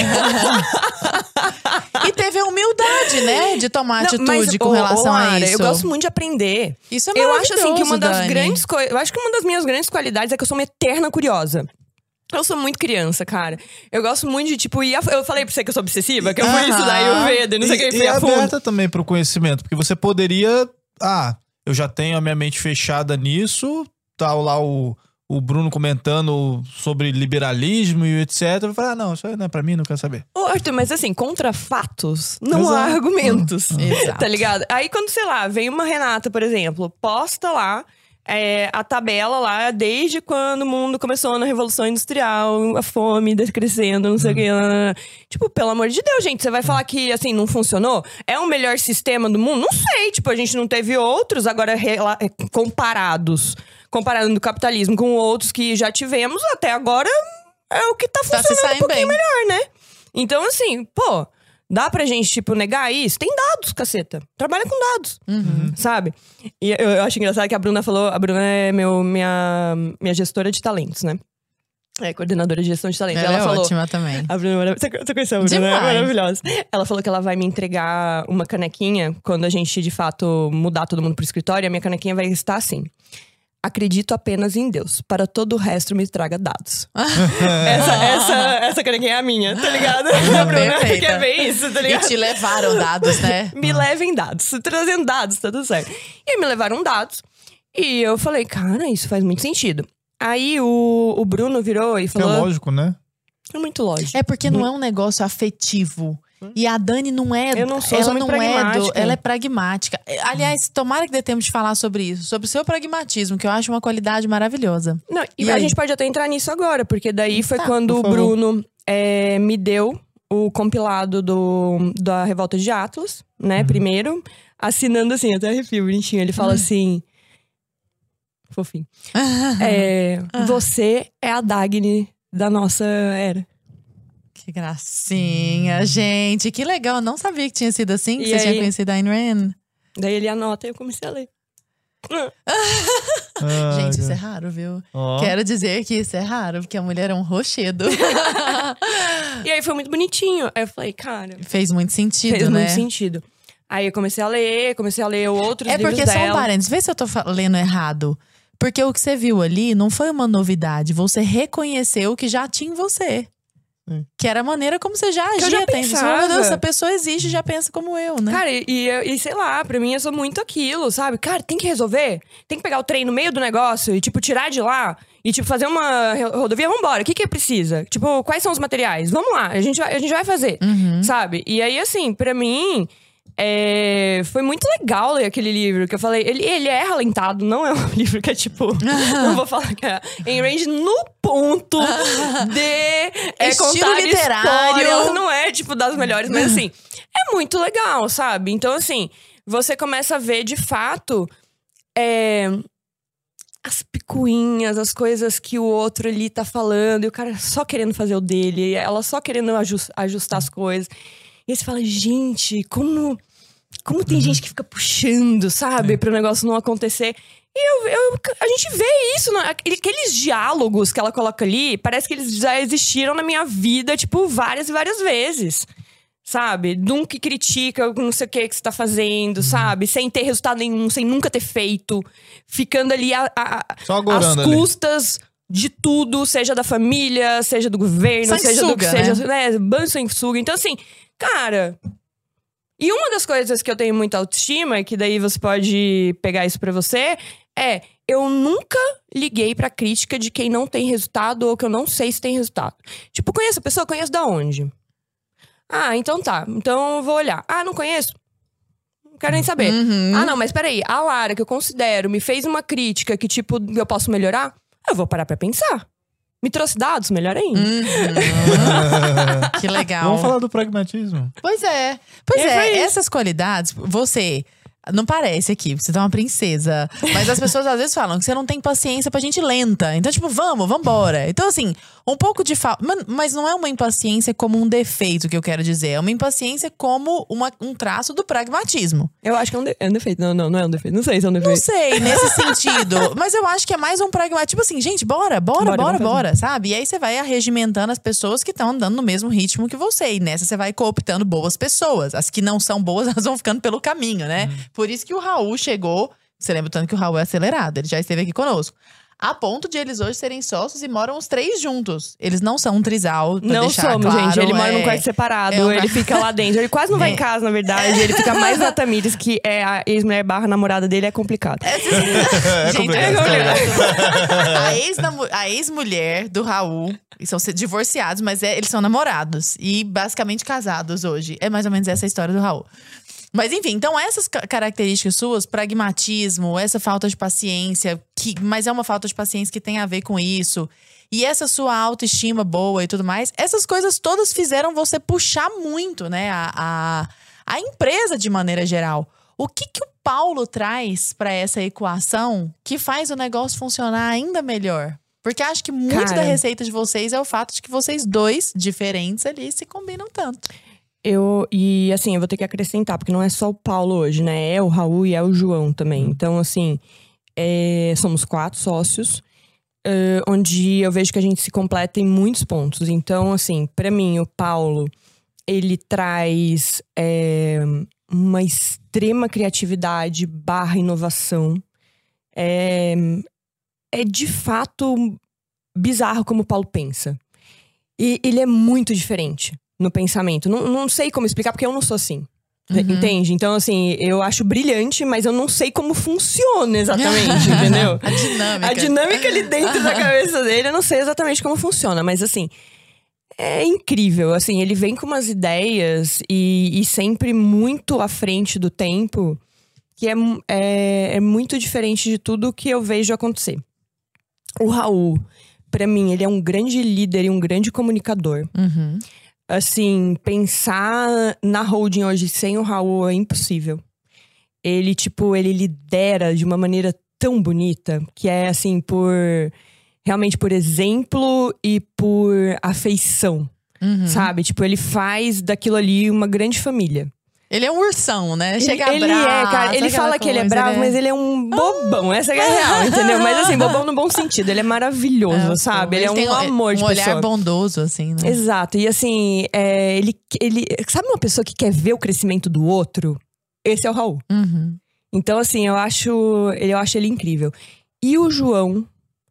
E teve a humildade, né? De tomar Não, atitude mas, com ô, relação ô, a Lara, isso. Eu gosto muito de aprender. Isso é Eu acho assim que maravilhoso, uma das Dani. grandes coisas. Eu acho que uma das minhas grandes qualidades é que eu sou uma eterna curiosa. Eu sou muito criança, cara. Eu gosto muito de, tipo, ir a... Eu falei pra você que eu sou obsessiva, que eu fui Aham. estudar Ayurveda, não sei o que, E, fui e é a fundo. aberta também pro conhecimento, porque você poderia. Ah, eu já tenho a minha mente fechada nisso. Tá lá o, o Bruno comentando sobre liberalismo e etcétera. Eu falei, ah, não, isso aí não é pra mim, não quero saber. Ô, Arthur, mas assim, contra fatos, não Exato. há argumentos. Exato. Tá ligado? Aí quando, sei lá, vem uma Renata, por exemplo, posta lá é, a tabela lá desde quando o mundo começou na Revolução Industrial, a fome decrescendo, não sei o que. lá, lá, lá. Tipo, pelo amor de Deus, gente, você vai falar que, assim, não funcionou? É o melhor sistema do mundo? Não sei, tipo, a gente não teve outros, agora rela- comparados. Comparando o capitalismo com outros que já tivemos, até agora é o que tá Tá se funcionando um saindo pouquinho bem. melhor, né? Então, assim, pô, dá pra gente, tipo, negar isso? Tem dados, caceta. Trabalha com dados, Uhum. sabe? E eu, eu acho engraçado que a Bruna falou... A Bruna é meu, minha, minha gestora de talentos, né? É, coordenadora de gestão de talentos. Ela, Ela, é falou... ótima também. A Bruna é maravilhosa. Você você conheceu a Bruna? Demais. É maravilhosa. Ela falou que ela vai me entregar uma canequinha quando a gente, de fato, mudar todo mundo pro escritório. A minha canequinha vai estar assim... Acredito apenas em Deus. Para todo o resto, me traga dados. essa, essa, essa canequinha é a minha, tá ligado? A Bruna Perfeita. quer ver isso, tá E ligado? te levaram dados, né? Me levem dados. Trazendo dados, tá tudo certo. E aí me levaram dados. E eu falei, cara, isso faz muito sentido. Aí o, o Bruno virou e Que é falou... lógico, né? É muito lógico. É porque não é um negócio afetivo. E a Dani não é. Eu não sou, eu ela sou muito não é do, pragmática. ela é pragmática. Aliás, tomara que dê tempo de falar sobre isso, sobre o seu pragmatismo, que eu acho uma qualidade maravilhosa. Não, e, E a aí? gente pode até entrar nisso agora, porque daí foi Tá, quando por o favor. Bruno é, me deu o compilado do, da Revolta de Atlas, né? Primeiro, assinando assim, até arrepio, bonitinho. Ele fala assim: Fofinho. é, você é a Dagny da nossa era. Que gracinha, hum. gente. Que legal. Eu não sabia que tinha sido assim, que e você aí, tinha conhecido a Ayn Rand. Daí ele anota e eu comecei a ler. Ah, gente, isso é raro, viu? Oh. Quero dizer que isso é raro, porque a mulher é um rochedo. E aí foi muito bonitinho. Aí eu falei, cara… Fez muito sentido, fez né? muito sentido. Aí eu comecei a ler, comecei a ler outros é livros porque, dela. só um parênteses, vê se eu tô lendo errado. Porque o que você viu ali não foi uma novidade. Você reconheceu o que já tinha em você. Hum. Que era a maneira como você já agia. Eu já tem, pensava. Meu Deus, essa pessoa existe e já pensa como eu, né? Cara, e, e, e sei lá, pra mim eu sou muito aquilo, sabe? Cara, tem que resolver. Tem que pegar o trem no meio do negócio e, tipo, tirar de lá. E, tipo, fazer uma rodovia, vambora. O que que precisa? Tipo, quais são os materiais? Vamos lá, a gente vai, a gente vai fazer. Uhum. Sabe? E aí, assim, pra mim… É, foi muito legal ler aquele livro, que eu falei, ele, ele é ralentado, não é um livro que é tipo, não vou falar que é Ayn Rand no ponto de é, estilo contar literário, história, não é tipo das melhores, mas assim, é muito legal, sabe? Então assim, você começa a ver de fato é, as picuinhas, as coisas que o outro ali tá falando, e o cara só querendo fazer o dele, ela só querendo ajustar as coisas. E aí você fala, gente, como… Como tem uhum. gente que fica puxando, sabe? É. Para o negócio não acontecer. E eu, eu, a gente vê isso. Né? Aqueles diálogos que ela coloca ali, parece que eles já existiram na minha vida, tipo, várias e várias vezes. Sabe? De um que critica não sei o que que você tá fazendo, uhum. sabe? Sem ter resultado nenhum, sem nunca ter feito. Ficando ali a, a, Só às custas… Ali. De tudo, seja da família, seja do governo, sangue seja suga, do que seja, né? né? Banho sem suga. Então, assim, cara… E uma das coisas que eu tenho muita autoestima, que daí você pode pegar isso pra você, é… Eu nunca liguei pra crítica de quem não tem resultado ou que eu não sei se tem resultado. Tipo, conheço a pessoa? Conheço da onde? Ah, então tá. Então eu vou olhar. Ah, não conheço? Não quero nem saber. Uhum. Ah, não, mas peraí. A Lara, que eu considero, me fez uma crítica que, tipo, eu posso melhorar? Eu vou parar pra pensar. Me trouxe dados, melhor ainda. Uhum. Que legal. Vamos falar do pragmatismo. Pois é. Pois E é, essas qualidades, você… Não parece aqui, porque você tá uma princesa. Mas as pessoas às vezes falam que você não tem paciência pra gente lenta. Então, tipo, vamos, vambora. Então, assim, um pouco de falta… Mas não é uma impaciência como um defeito que eu quero dizer. É uma impaciência como uma, um traço do pragmatismo. Eu acho que é um, de, é um defeito. Não, não, não é um defeito. Não sei se é um defeito. Não sei, nesse sentido. Mas eu acho que é mais um pragmatismo. Tipo assim, gente, bora, bora, bora, bora, bora, sabe? E aí você vai arregimentando as pessoas que estão andando no mesmo ritmo que você. E nessa você vai cooptando boas pessoas. As que não são boas, elas vão ficando pelo caminho, né? Hum. Por isso que o Raul chegou… Você lembra tanto que o Raul é acelerado. Ele já esteve aqui conosco. A ponto de eles hoje serem sócios e moram os três juntos. Eles não são um trisal, pra Não deixar somos, claro, gente. Ele é... mora num quarto separado. É uma... Ele fica lá dentro. Ele quase não vai é. em casa, na verdade. Ele fica mais na Tamires, que é a ex-mulher barra namorada dele. É complicado. É, é gente, complicado. é complicado. A, ex a ex-mulher do Raul… São divorciados, mas é, eles são namorados. E basicamente casados hoje. É mais ou menos essa a história do Raul. Mas enfim, então essas características suas, pragmatismo, essa falta de paciência, que, mas é uma falta de paciência que tem a ver com isso, e essa sua autoestima boa e tudo mais, essas coisas todas fizeram você puxar muito, né, a, a, a empresa de maneira geral. O que que o Paulo traz para essa equação que faz o negócio funcionar ainda melhor? Porque acho que muito Cara, da receita de vocês é o fato de que vocês dois, diferentes ali, se combinam tanto. Eu, e assim, eu vou ter que acrescentar, porque não é só o Paulo hoje, né? É o Raul e é o João também. Então, assim, é, somos quatro sócios, uh, onde eu vejo que a gente se completa em muitos pontos. Então, assim, pra mim, o Paulo, ele traz é, uma extrema criatividade barra inovação. É, é de fato bizarro como o Paulo pensa. E ele é muito diferente no pensamento. Não, não sei como explicar, porque eu não sou assim. Uhum. Entende? Então, assim, eu acho brilhante, mas eu não sei como funciona exatamente, entendeu? A dinâmica. A dinâmica ali dentro da cabeça dele, eu não sei exatamente como funciona. Mas, assim, é incrível. Assim, ele vem com umas ideias e, e sempre muito à frente do tempo, que é, é, é muito diferente de tudo que eu vejo acontecer. O Raul, pra mim, ele é um grande líder e um grande comunicador. Uhum. Assim, pensar na holding hoje sem o Raul é impossível. Ele, tipo, ele lidera de uma maneira tão bonita, que é assim, por... Realmente por exemplo e por afeição, Uhum. sabe? Tipo, ele faz daquilo ali uma grande família. Ele é um ursão, né? Chega ele, bravo. Ele é, cara. Ele fala que ele é bravo, ele é... mas ele é um bobão. Essa é a real, entendeu? Mas assim, bobão no bom sentido. Ele é maravilhoso, é, sabe? Ele, ele é um amor um de pessoa. Um olhar bondoso, assim, né? Exato. E assim, é, ele, ele... Sabe uma pessoa que quer ver o crescimento do outro? Esse é o Raul. Uhum. Então, assim, eu acho, eu acho ele incrível. E o João...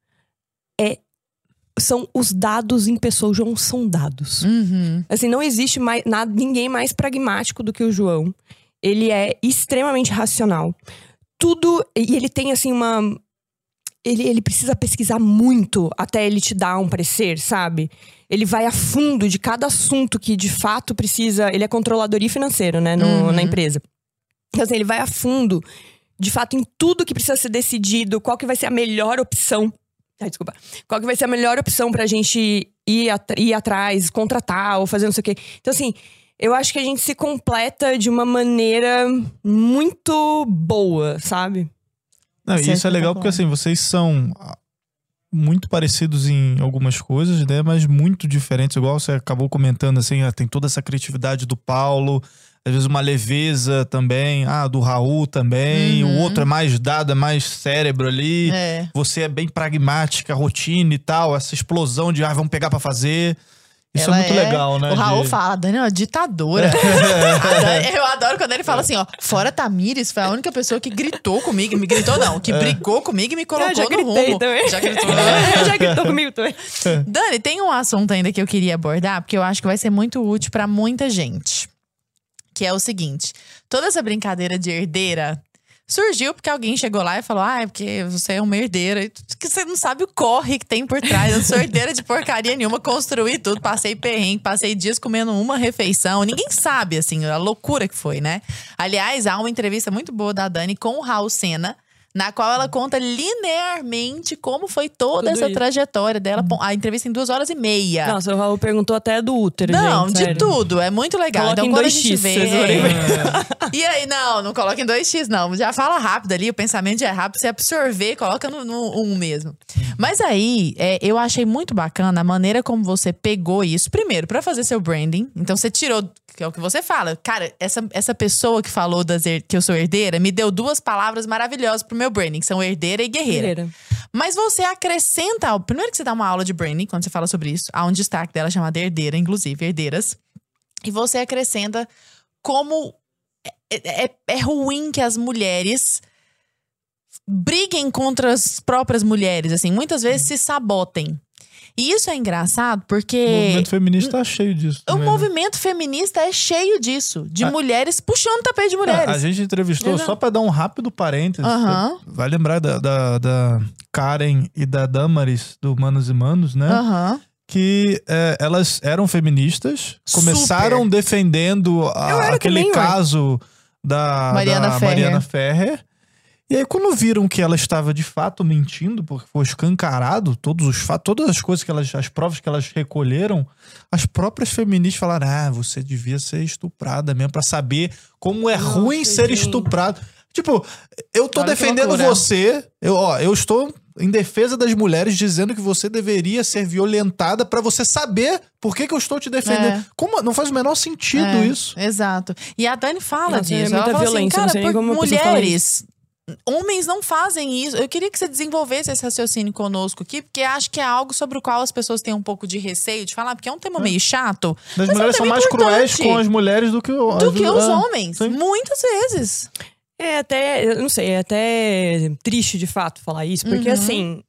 É, são os dados em pessoa. O João são dados. Uhum. Assim, não existe mais, nada, ninguém mais pragmático do que o João. Ele é extremamente racional. Tudo... E ele tem, assim, uma... Ele, ele precisa pesquisar muito até ele te dar um parecer, sabe? Ele vai a fundo de cada assunto que, de fato, precisa... Ele é controlador e financeiro, né? No, uhum. Na empresa. Então, assim, ele vai a fundo, de fato, em tudo que precisa ser decidido. Qual que vai ser a melhor opção. Ai, desculpa. Qual que vai ser a melhor opção pra gente ir, at- ir atrás, contratar ou fazer não sei o quê. Então, assim, eu acho que a gente se completa de uma maneira muito boa, sabe? Não, e isso é legal porque, assim, vocês são muito parecidos em algumas coisas, né? Mas muito diferentes. Igual você acabou comentando, assim, ah, tem toda essa criatividade do Paulo... Às vezes uma leveza também. Ah, do Raul também. Uhum. O outro é mais dado, é mais cérebro ali. É. Você é bem pragmática, rotina e tal. Essa explosão de, ah, vamos pegar pra fazer. Isso Ela é muito é... legal, né? O Raul de... fala, Dani é uma ditadora. Dani, eu adoro quando ele fala assim, ó. Fora Tamires, foi a única pessoa que gritou comigo. Me gritou não, que brigou comigo e me colocou eu já no gritei rumo. Também. Já gritou, né? Já gritou comigo também. Dani, tem um assunto ainda que eu queria abordar, porque eu acho que vai ser muito útil pra muita gente. Que é o seguinte, toda essa brincadeira de herdeira surgiu porque alguém chegou lá e falou, ah, é porque você é uma herdeira. E que você não sabe o corre que tem por trás. Eu não sou herdeira de porcaria nenhuma, construí tudo, passei perrengue, passei dias comendo uma refeição. Ninguém sabe, assim, a loucura que foi, né? Aliás, há uma entrevista muito boa da Dani com o Raul Sena, na qual ela conta linearmente como foi toda Tudo essa isso. trajetória dela. A entrevista em duas horas e meia. Nossa, o Raul perguntou até do útero, Não, gente, de sério. tudo. É muito legal. Coloca então, em quando a dois gente X, vê... vocês forem ver. E aí, não, não coloca em dois X, não. Já fala rápido ali, o pensamento já é rápido. Você absorver, coloca no, no um mesmo. Mas aí, é, eu achei muito bacana a maneira como você pegou isso. Primeiro, pra fazer seu branding. Então, você tirou... Que é o que você fala. Cara, essa, essa pessoa que falou das her- que eu sou herdeira me deu duas palavras maravilhosas pro meu branding, que são herdeira e guerreira. Guerreira. Mas você acrescenta... Primeiro que você dá uma aula de branding, quando você fala sobre isso. Há um destaque dela chamada herdeira, inclusive, herdeiras. E você acrescenta como é, é, é ruim que as mulheres briguem contra as próprias mulheres, assim. Muitas vezes se sabotem. E isso é engraçado porque... O movimento feminista tá cheio disso O também, né? movimento feminista é cheio disso. De Ah. mulheres puxando o tapete de mulheres. Ah, a gente entrevistou, Exato. só pra dar um rápido parênteses. Aham. Vai lembrar da, da, da Karen e da Damaris, do Manos e Manos, né? Aham. Que é, elas eram feministas, começaram Super. defendendo a- Eu era aquele também, ué. caso da Mariana da Ferrer. Mariana Ferrer. E aí, quando viram que ela estava de fato mentindo, porque foi escancarado, todos os fatos, todas as coisas que elas, as provas que elas recolheram, as próprias feministas falaram: ah, você devia ser estuprada mesmo, pra saber como é Nossa, ruim ser gente. estuprado. Tipo, eu tô Olha que defendendo loucura. você, eu, ó, eu estou em defesa das mulheres, dizendo que você deveria ser violentada pra você saber por que, que eu estou te defendendo. É. Como? Não faz o menor sentido É, isso. Exato. E a Dani fala Nossa, é disso. muita Ela fala violência, não assim, sei cara, nem por como a pessoa fala mulheres... Homens não fazem isso. Eu queria que você desenvolvesse esse raciocínio conosco aqui, porque acho que é algo sobre o qual as pessoas têm um pouco de receio de falar, porque é um tema meio chato. As mas é um mulheres são tema mais importante cruéis com as mulheres do que, o- do as- que os ah, homens. sim. Muitas vezes. É até, eu não sei, é até triste de fato falar isso, porque Uhum. assim.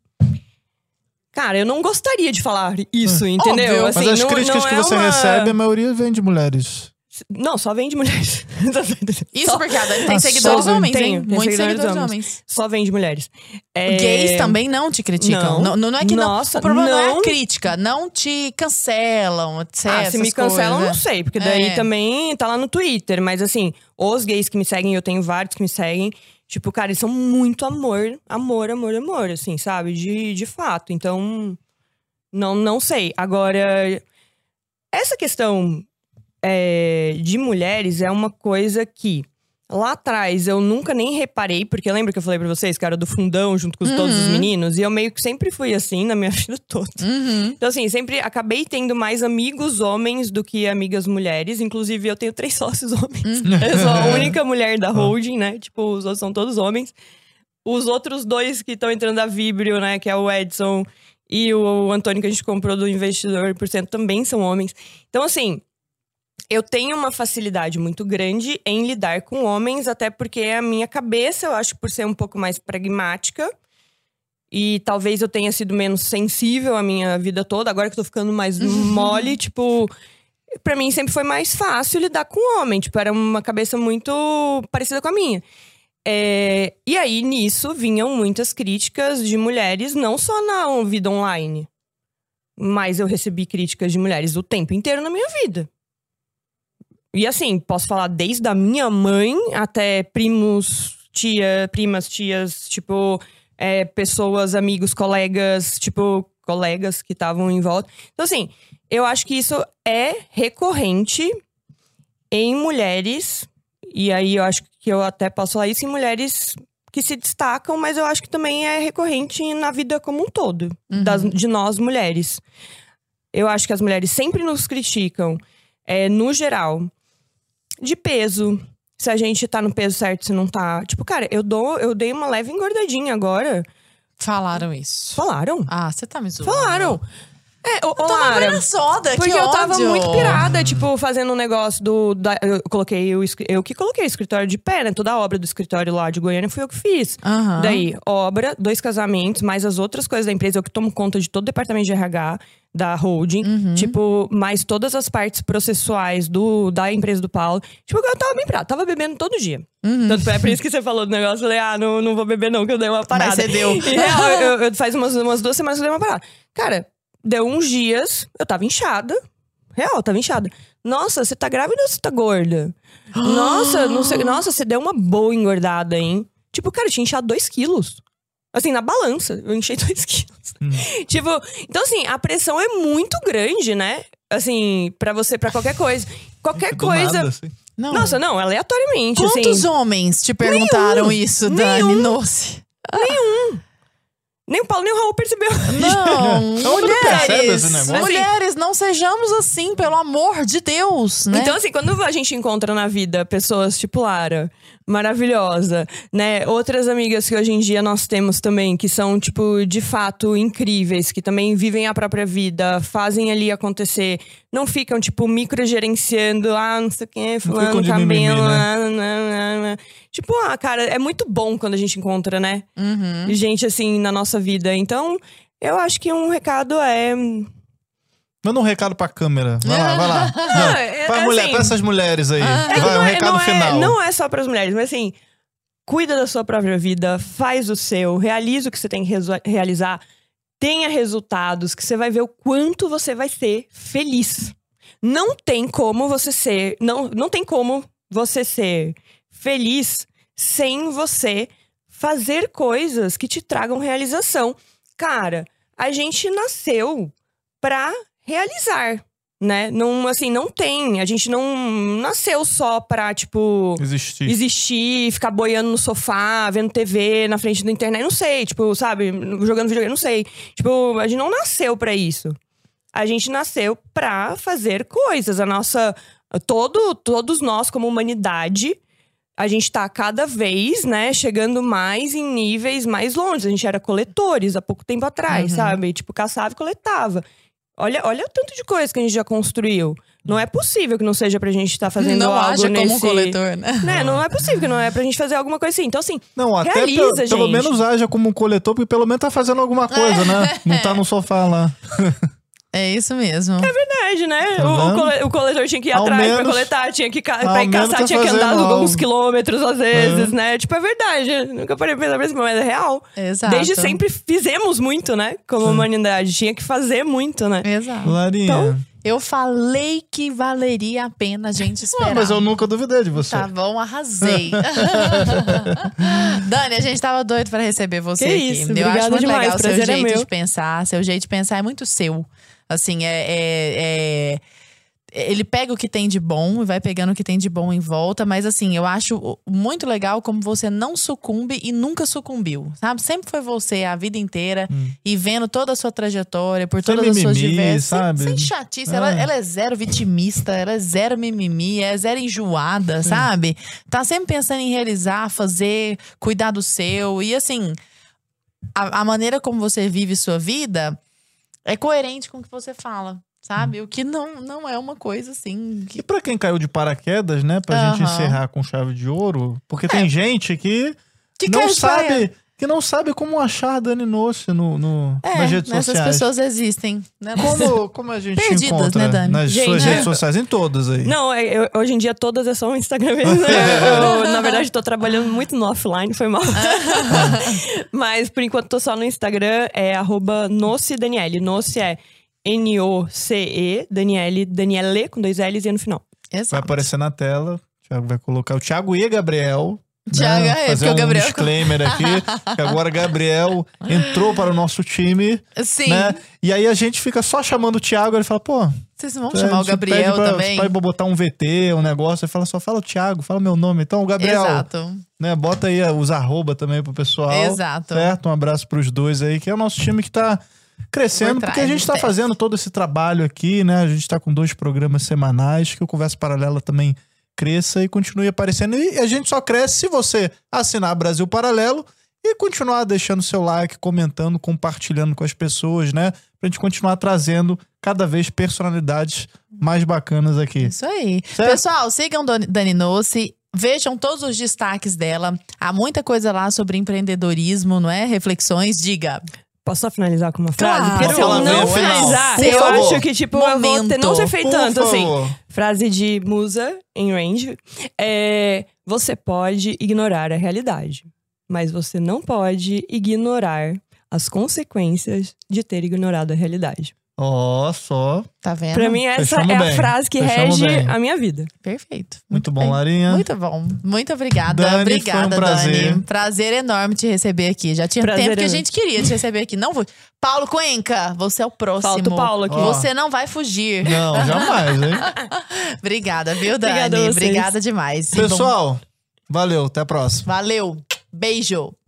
Cara, eu não gostaria de falar isso, entendeu? Óbvio. Assim, Mas as não, críticas não que é você uma... recebe, a maioria vem de mulheres. Não, só vem de mulheres. Isso Só- porque a Dani tem Ah, seguidores só- homens, tenho, hein? tenho Muitos seguidores seguidores homens. homens. Só vem de mulheres. É... Gays também não te criticam. Não, Não. não, não é que Nossa, não. O problema não. é não. a crítica. Não te cancelam, etcétera. Ah, se me cancelam, não sei. Porque daí É. também tá lá no Twitter. Mas assim, os gays que me seguem, eu tenho vários que me seguem. Tipo, cara, eles são muito amor. Amor, amor, amor, assim, sabe? De, de fato. Então, não, não sei. Agora, essa questão é, de mulheres é uma coisa que Lá atrás, eu nunca nem reparei, porque lembra que eu falei pra vocês, cara, do fundão junto com Uhum. todos os meninos? E eu meio que sempre fui assim na minha vida toda. Uhum. Então, assim, sempre acabei tendo mais amigos homens do que amigas mulheres. Inclusive, eu tenho três sócios homens. Uhum. Eu sou a única mulher da holding, né? Tipo, os outros são todos homens. Os outros dois que estão entrando da Vibrio, né? Que é o Edson e o Antônio, que a gente comprou do Investidor por Cento, também são homens. Então, assim, eu tenho uma facilidade muito grande em lidar com homens, até porque a minha cabeça, eu acho, por ser um pouco mais pragmática, e talvez eu tenha sido menos sensível a minha vida toda, agora que eu tô ficando mais mole, tipo, pra mim sempre foi mais fácil lidar com homem, tipo, era uma cabeça muito parecida com a minha. É, e aí, nisso, vinham muitas críticas de mulheres, não só na vida online, mas eu recebi críticas de mulheres o tempo inteiro na minha vida. E assim, posso falar desde a minha mãe até primos, tia, primas, tias, tipo, é, pessoas, amigos, colegas, tipo, colegas que estavam em volta. Então, assim, eu acho que isso é recorrente em mulheres, e aí eu acho que eu até posso falar isso em mulheres que se destacam, mas eu acho que também é recorrente na vida como um todo, Uhum. das, de nós mulheres. Eu acho que as mulheres sempre nos criticam, é, no geral, de peso. Se a gente tá no peso certo, se não tá. Tipo, cara, eu dou, eu dei uma leve engordadinha agora. Falaram isso. Falaram. Ah, você tá me zoando. Falaram. É, ô, ô, Tô Lara, uma soda, porque que eu tava ódio. muito pirada, tipo, fazendo um negócio do. Da, eu coloquei o escri- eu que coloquei o escritório de pé, né? Toda a obra do escritório lá de Goiânia fui eu que fiz. Aham. Daí, obra, dois casamentos, mais as outras coisas da empresa, eu que tomo conta de todo o departamento de R H da holding, Uhum. tipo, mais todas as partes processuais do, da empresa do Paulo. Tipo, eu tava bem pirada, tava bebendo todo dia. Uhum. Tanto é por isso que você falou do negócio, eu falei, ah, não, não vou beber não, que eu dei uma parada. Mas você deu. E, real, eu, eu, faz umas, umas duas semanas que eu dei uma parada. Cara, deu uns dias, eu tava inchada. Real, eu tava inchada. Nossa, você tá grávida ou você tá gorda? Nossa, não sei, nossa, você deu uma boa engordada, hein? Tipo, cara, eu tinha inchado dois quilos. Assim, na balança, eu enchei dois quilos. Hum. Tipo, então assim, a pressão é muito grande, né? Assim, pra você, pra qualquer coisa. Qualquer Do coisa. nada, assim. Não. Nossa, não, aleatoriamente, Quantos assim. homens te perguntaram Nenhum. isso, Dani Nenhum. Noce? Nem o Paulo nem o Raul percebeu. Não, Não, não percebe mulheres, esse negócio. mulheres, não sejamos assim, pelo amor de Deus, né? Então, assim, quando a gente encontra na vida pessoas tipo Lara, maravilhosa, né? Outras amigas que hoje em dia nós temos também, que são, tipo, de fato incríveis, que também vivem a própria vida, fazem ali acontecer, não ficam, tipo, microgerenciando, ah, não sei o que, fulano, ficam de cabelo, mimimi, né? ah, não, não, não. Tipo, ah, cara, é muito bom quando a gente encontra, né? Uhum. Gente, assim, na nossa vida. Então, eu acho que um recado é... Manda um recado pra câmera. Vai lá, vai lá. Não, é- pra, é mulher, assim- pra essas mulheres aí. É que vai, não um é- recado não é- final. não é só para as mulheres, mas assim, cuida da sua própria vida, faz o seu, realiza o que você tem que resu- realizar, tenha resultados, que você vai ver o quanto você vai ser feliz. Não tem como você ser, não, não tem como você ser feliz sem você fazer coisas que te tragam realização. Cara, a gente nasceu pra realizar. Né? Não, assim, não tem. A gente não nasceu só pra, tipo, Existir. existir, ficar boiando no sofá, vendo T V na frente da internet. Não sei, tipo, sabe? Jogando videogame, não sei. Tipo, a gente não nasceu pra isso. A gente nasceu pra fazer coisas. A nossa... Todo, todos nós, como humanidade, a gente tá cada vez, né, chegando mais em níveis mais longe. A gente era coletores há pouco tempo atrás, Uhum. sabe? Tipo, caçava e coletava. Olha, olha o tanto de coisa que a gente já construiu. Não é possível que não seja pra gente estar fazendo não algo haja nesse... como um coletor, né? Né? Não é possível que não é pra gente fazer alguma coisa assim. Então, assim, Não, até realiza, pe- pelo gente. menos haja como um coletor, porque pelo menos tá fazendo alguma coisa, né? Não tá no sofá lá. É isso mesmo. verdade, né? Tá o, o vendo? cole- o coletor tinha que ir Ao atrás pra menos- coletar, tinha que ca- ao pra ir menos caçar, tá tinha que andar fazendo alguns algo. quilômetros às vezes, né? Tipo, é verdade. Nunca parei pra pensar por isso, mas é real. Exato. Desde sempre fizemos muito, né? Como humanidade. Tinha que fazer muito, né? Exato. Larinha. Então, Eu falei que valeria a pena a gente esperar. Ah, mas eu nunca duvidei de você. Tá bom, arrasei. Dani, a gente tava doido pra receber você Que aqui. isso, eu obrigada acho muito demais, legal o seu prazer é jeito meu. de pensar. Seu jeito de pensar é muito seu. Assim, é... é, é... ele pega o que tem de bom e vai pegando o que tem de bom em volta. Mas assim, eu acho muito legal como você não sucumbe e nunca sucumbiu, sabe? Sempre foi você a vida inteira hum. e vendo toda a sua trajetória por todas sem as suas mimimi, diversas. sabe? Sem, sem chatice. É. Ela, ela é zero vitimista, ela é zero mimimi, é zero enjoada, Sim. sabe? Tá sempre pensando em realizar, fazer, cuidar do seu. E assim, a, a maneira como você vive sua vida é coerente com o que você fala. Sabe? O que não, não é uma coisa assim. Que... E pra quem caiu de paraquedas, né? Pra Uhum. gente encerrar com chave de ouro. Porque é. tem gente que, que não sabe. Que não sabe como achar a Dani Nossi no, no, é, nas redes essas sociais. Essas pessoas existem. Né? Como, como a gente Perdidas, encontra né, Dani? nas gente, suas é. redes sociais? Em todas aí. Não, eu, hoje em dia todas é só o Instagram mesmo. eu, na verdade, tô trabalhando muito no offline, foi mal. Mas, por enquanto, tô só no Instagram. É arroba Nossi Daniele. Nossi é N O C E, Daniele, Daniele, com dois L's e no final. Exato. Vai aparecer na tela. O Thiago vai colocar o Thiago e a Gabriel. Thiago, né? é, Fazer porque um o Gabriel... disclaimer aqui. Que agora Gabriel entrou para o nosso time. Sim. Né? E aí a gente fica só chamando o Thiago. Ele fala, pô... Vocês vão chamar o Gabriel pra, também? Pra botar um V T, um negócio. Ele fala, só fala o Thiago, fala meu nome. Então, o Gabriel... Exato. Né, bota aí os arroba também pro pessoal. Exato. Certo? Um abraço pros dois aí, que é o nosso time que tá... crescendo, Por porque a gente tá trás, fazendo todo esse trabalho aqui, né? A gente tá com dois programas semanais, que o Conversa Paralela também cresça e continue aparecendo. E a gente só cresce se você assinar Brasil Paralelo e continuar deixando seu like, comentando, compartilhando com as pessoas, né? Pra gente continuar trazendo cada vez personalidades mais bacanas aqui. Isso aí. Certo? Pessoal, sigam Dani Nossi. Vejam todos os destaques dela. Há muita coisa lá sobre empreendedorismo, não é? Reflexões, diga. Posso só finalizar com uma frase? Claro. Porque se eu não finalizar, Por eu favor. acho que, tipo, eu vou ter, não ser feito Por tanto, assim. favor. Frase de musa em range. É, você pode ignorar a realidade, mas você não pode ignorar as consequências de ter ignorado a realidade. Ó, oh, só. Tá vendo? Pra mim, essa Fechamos é bem. a frase que Fechamos rege bem. a minha vida. Perfeito. Muito bom, bem. Larinha. Muito bom. Muito obrigada. Dani, obrigada, foi um prazer. Dani. Prazer enorme te receber aqui. Já tinha Prazer tempo que a enorme. gente queria te receber aqui. Não vou. Paulo Cuenca, você é o próximo. Falta o Paulo aqui. Ó. Você não vai fugir. Não, jamais, hein? Obrigada, viu, Dani? Obrigada a vocês. Obrigada demais. E bom, Pessoal, valeu, até a próxima. valeu. Beijo.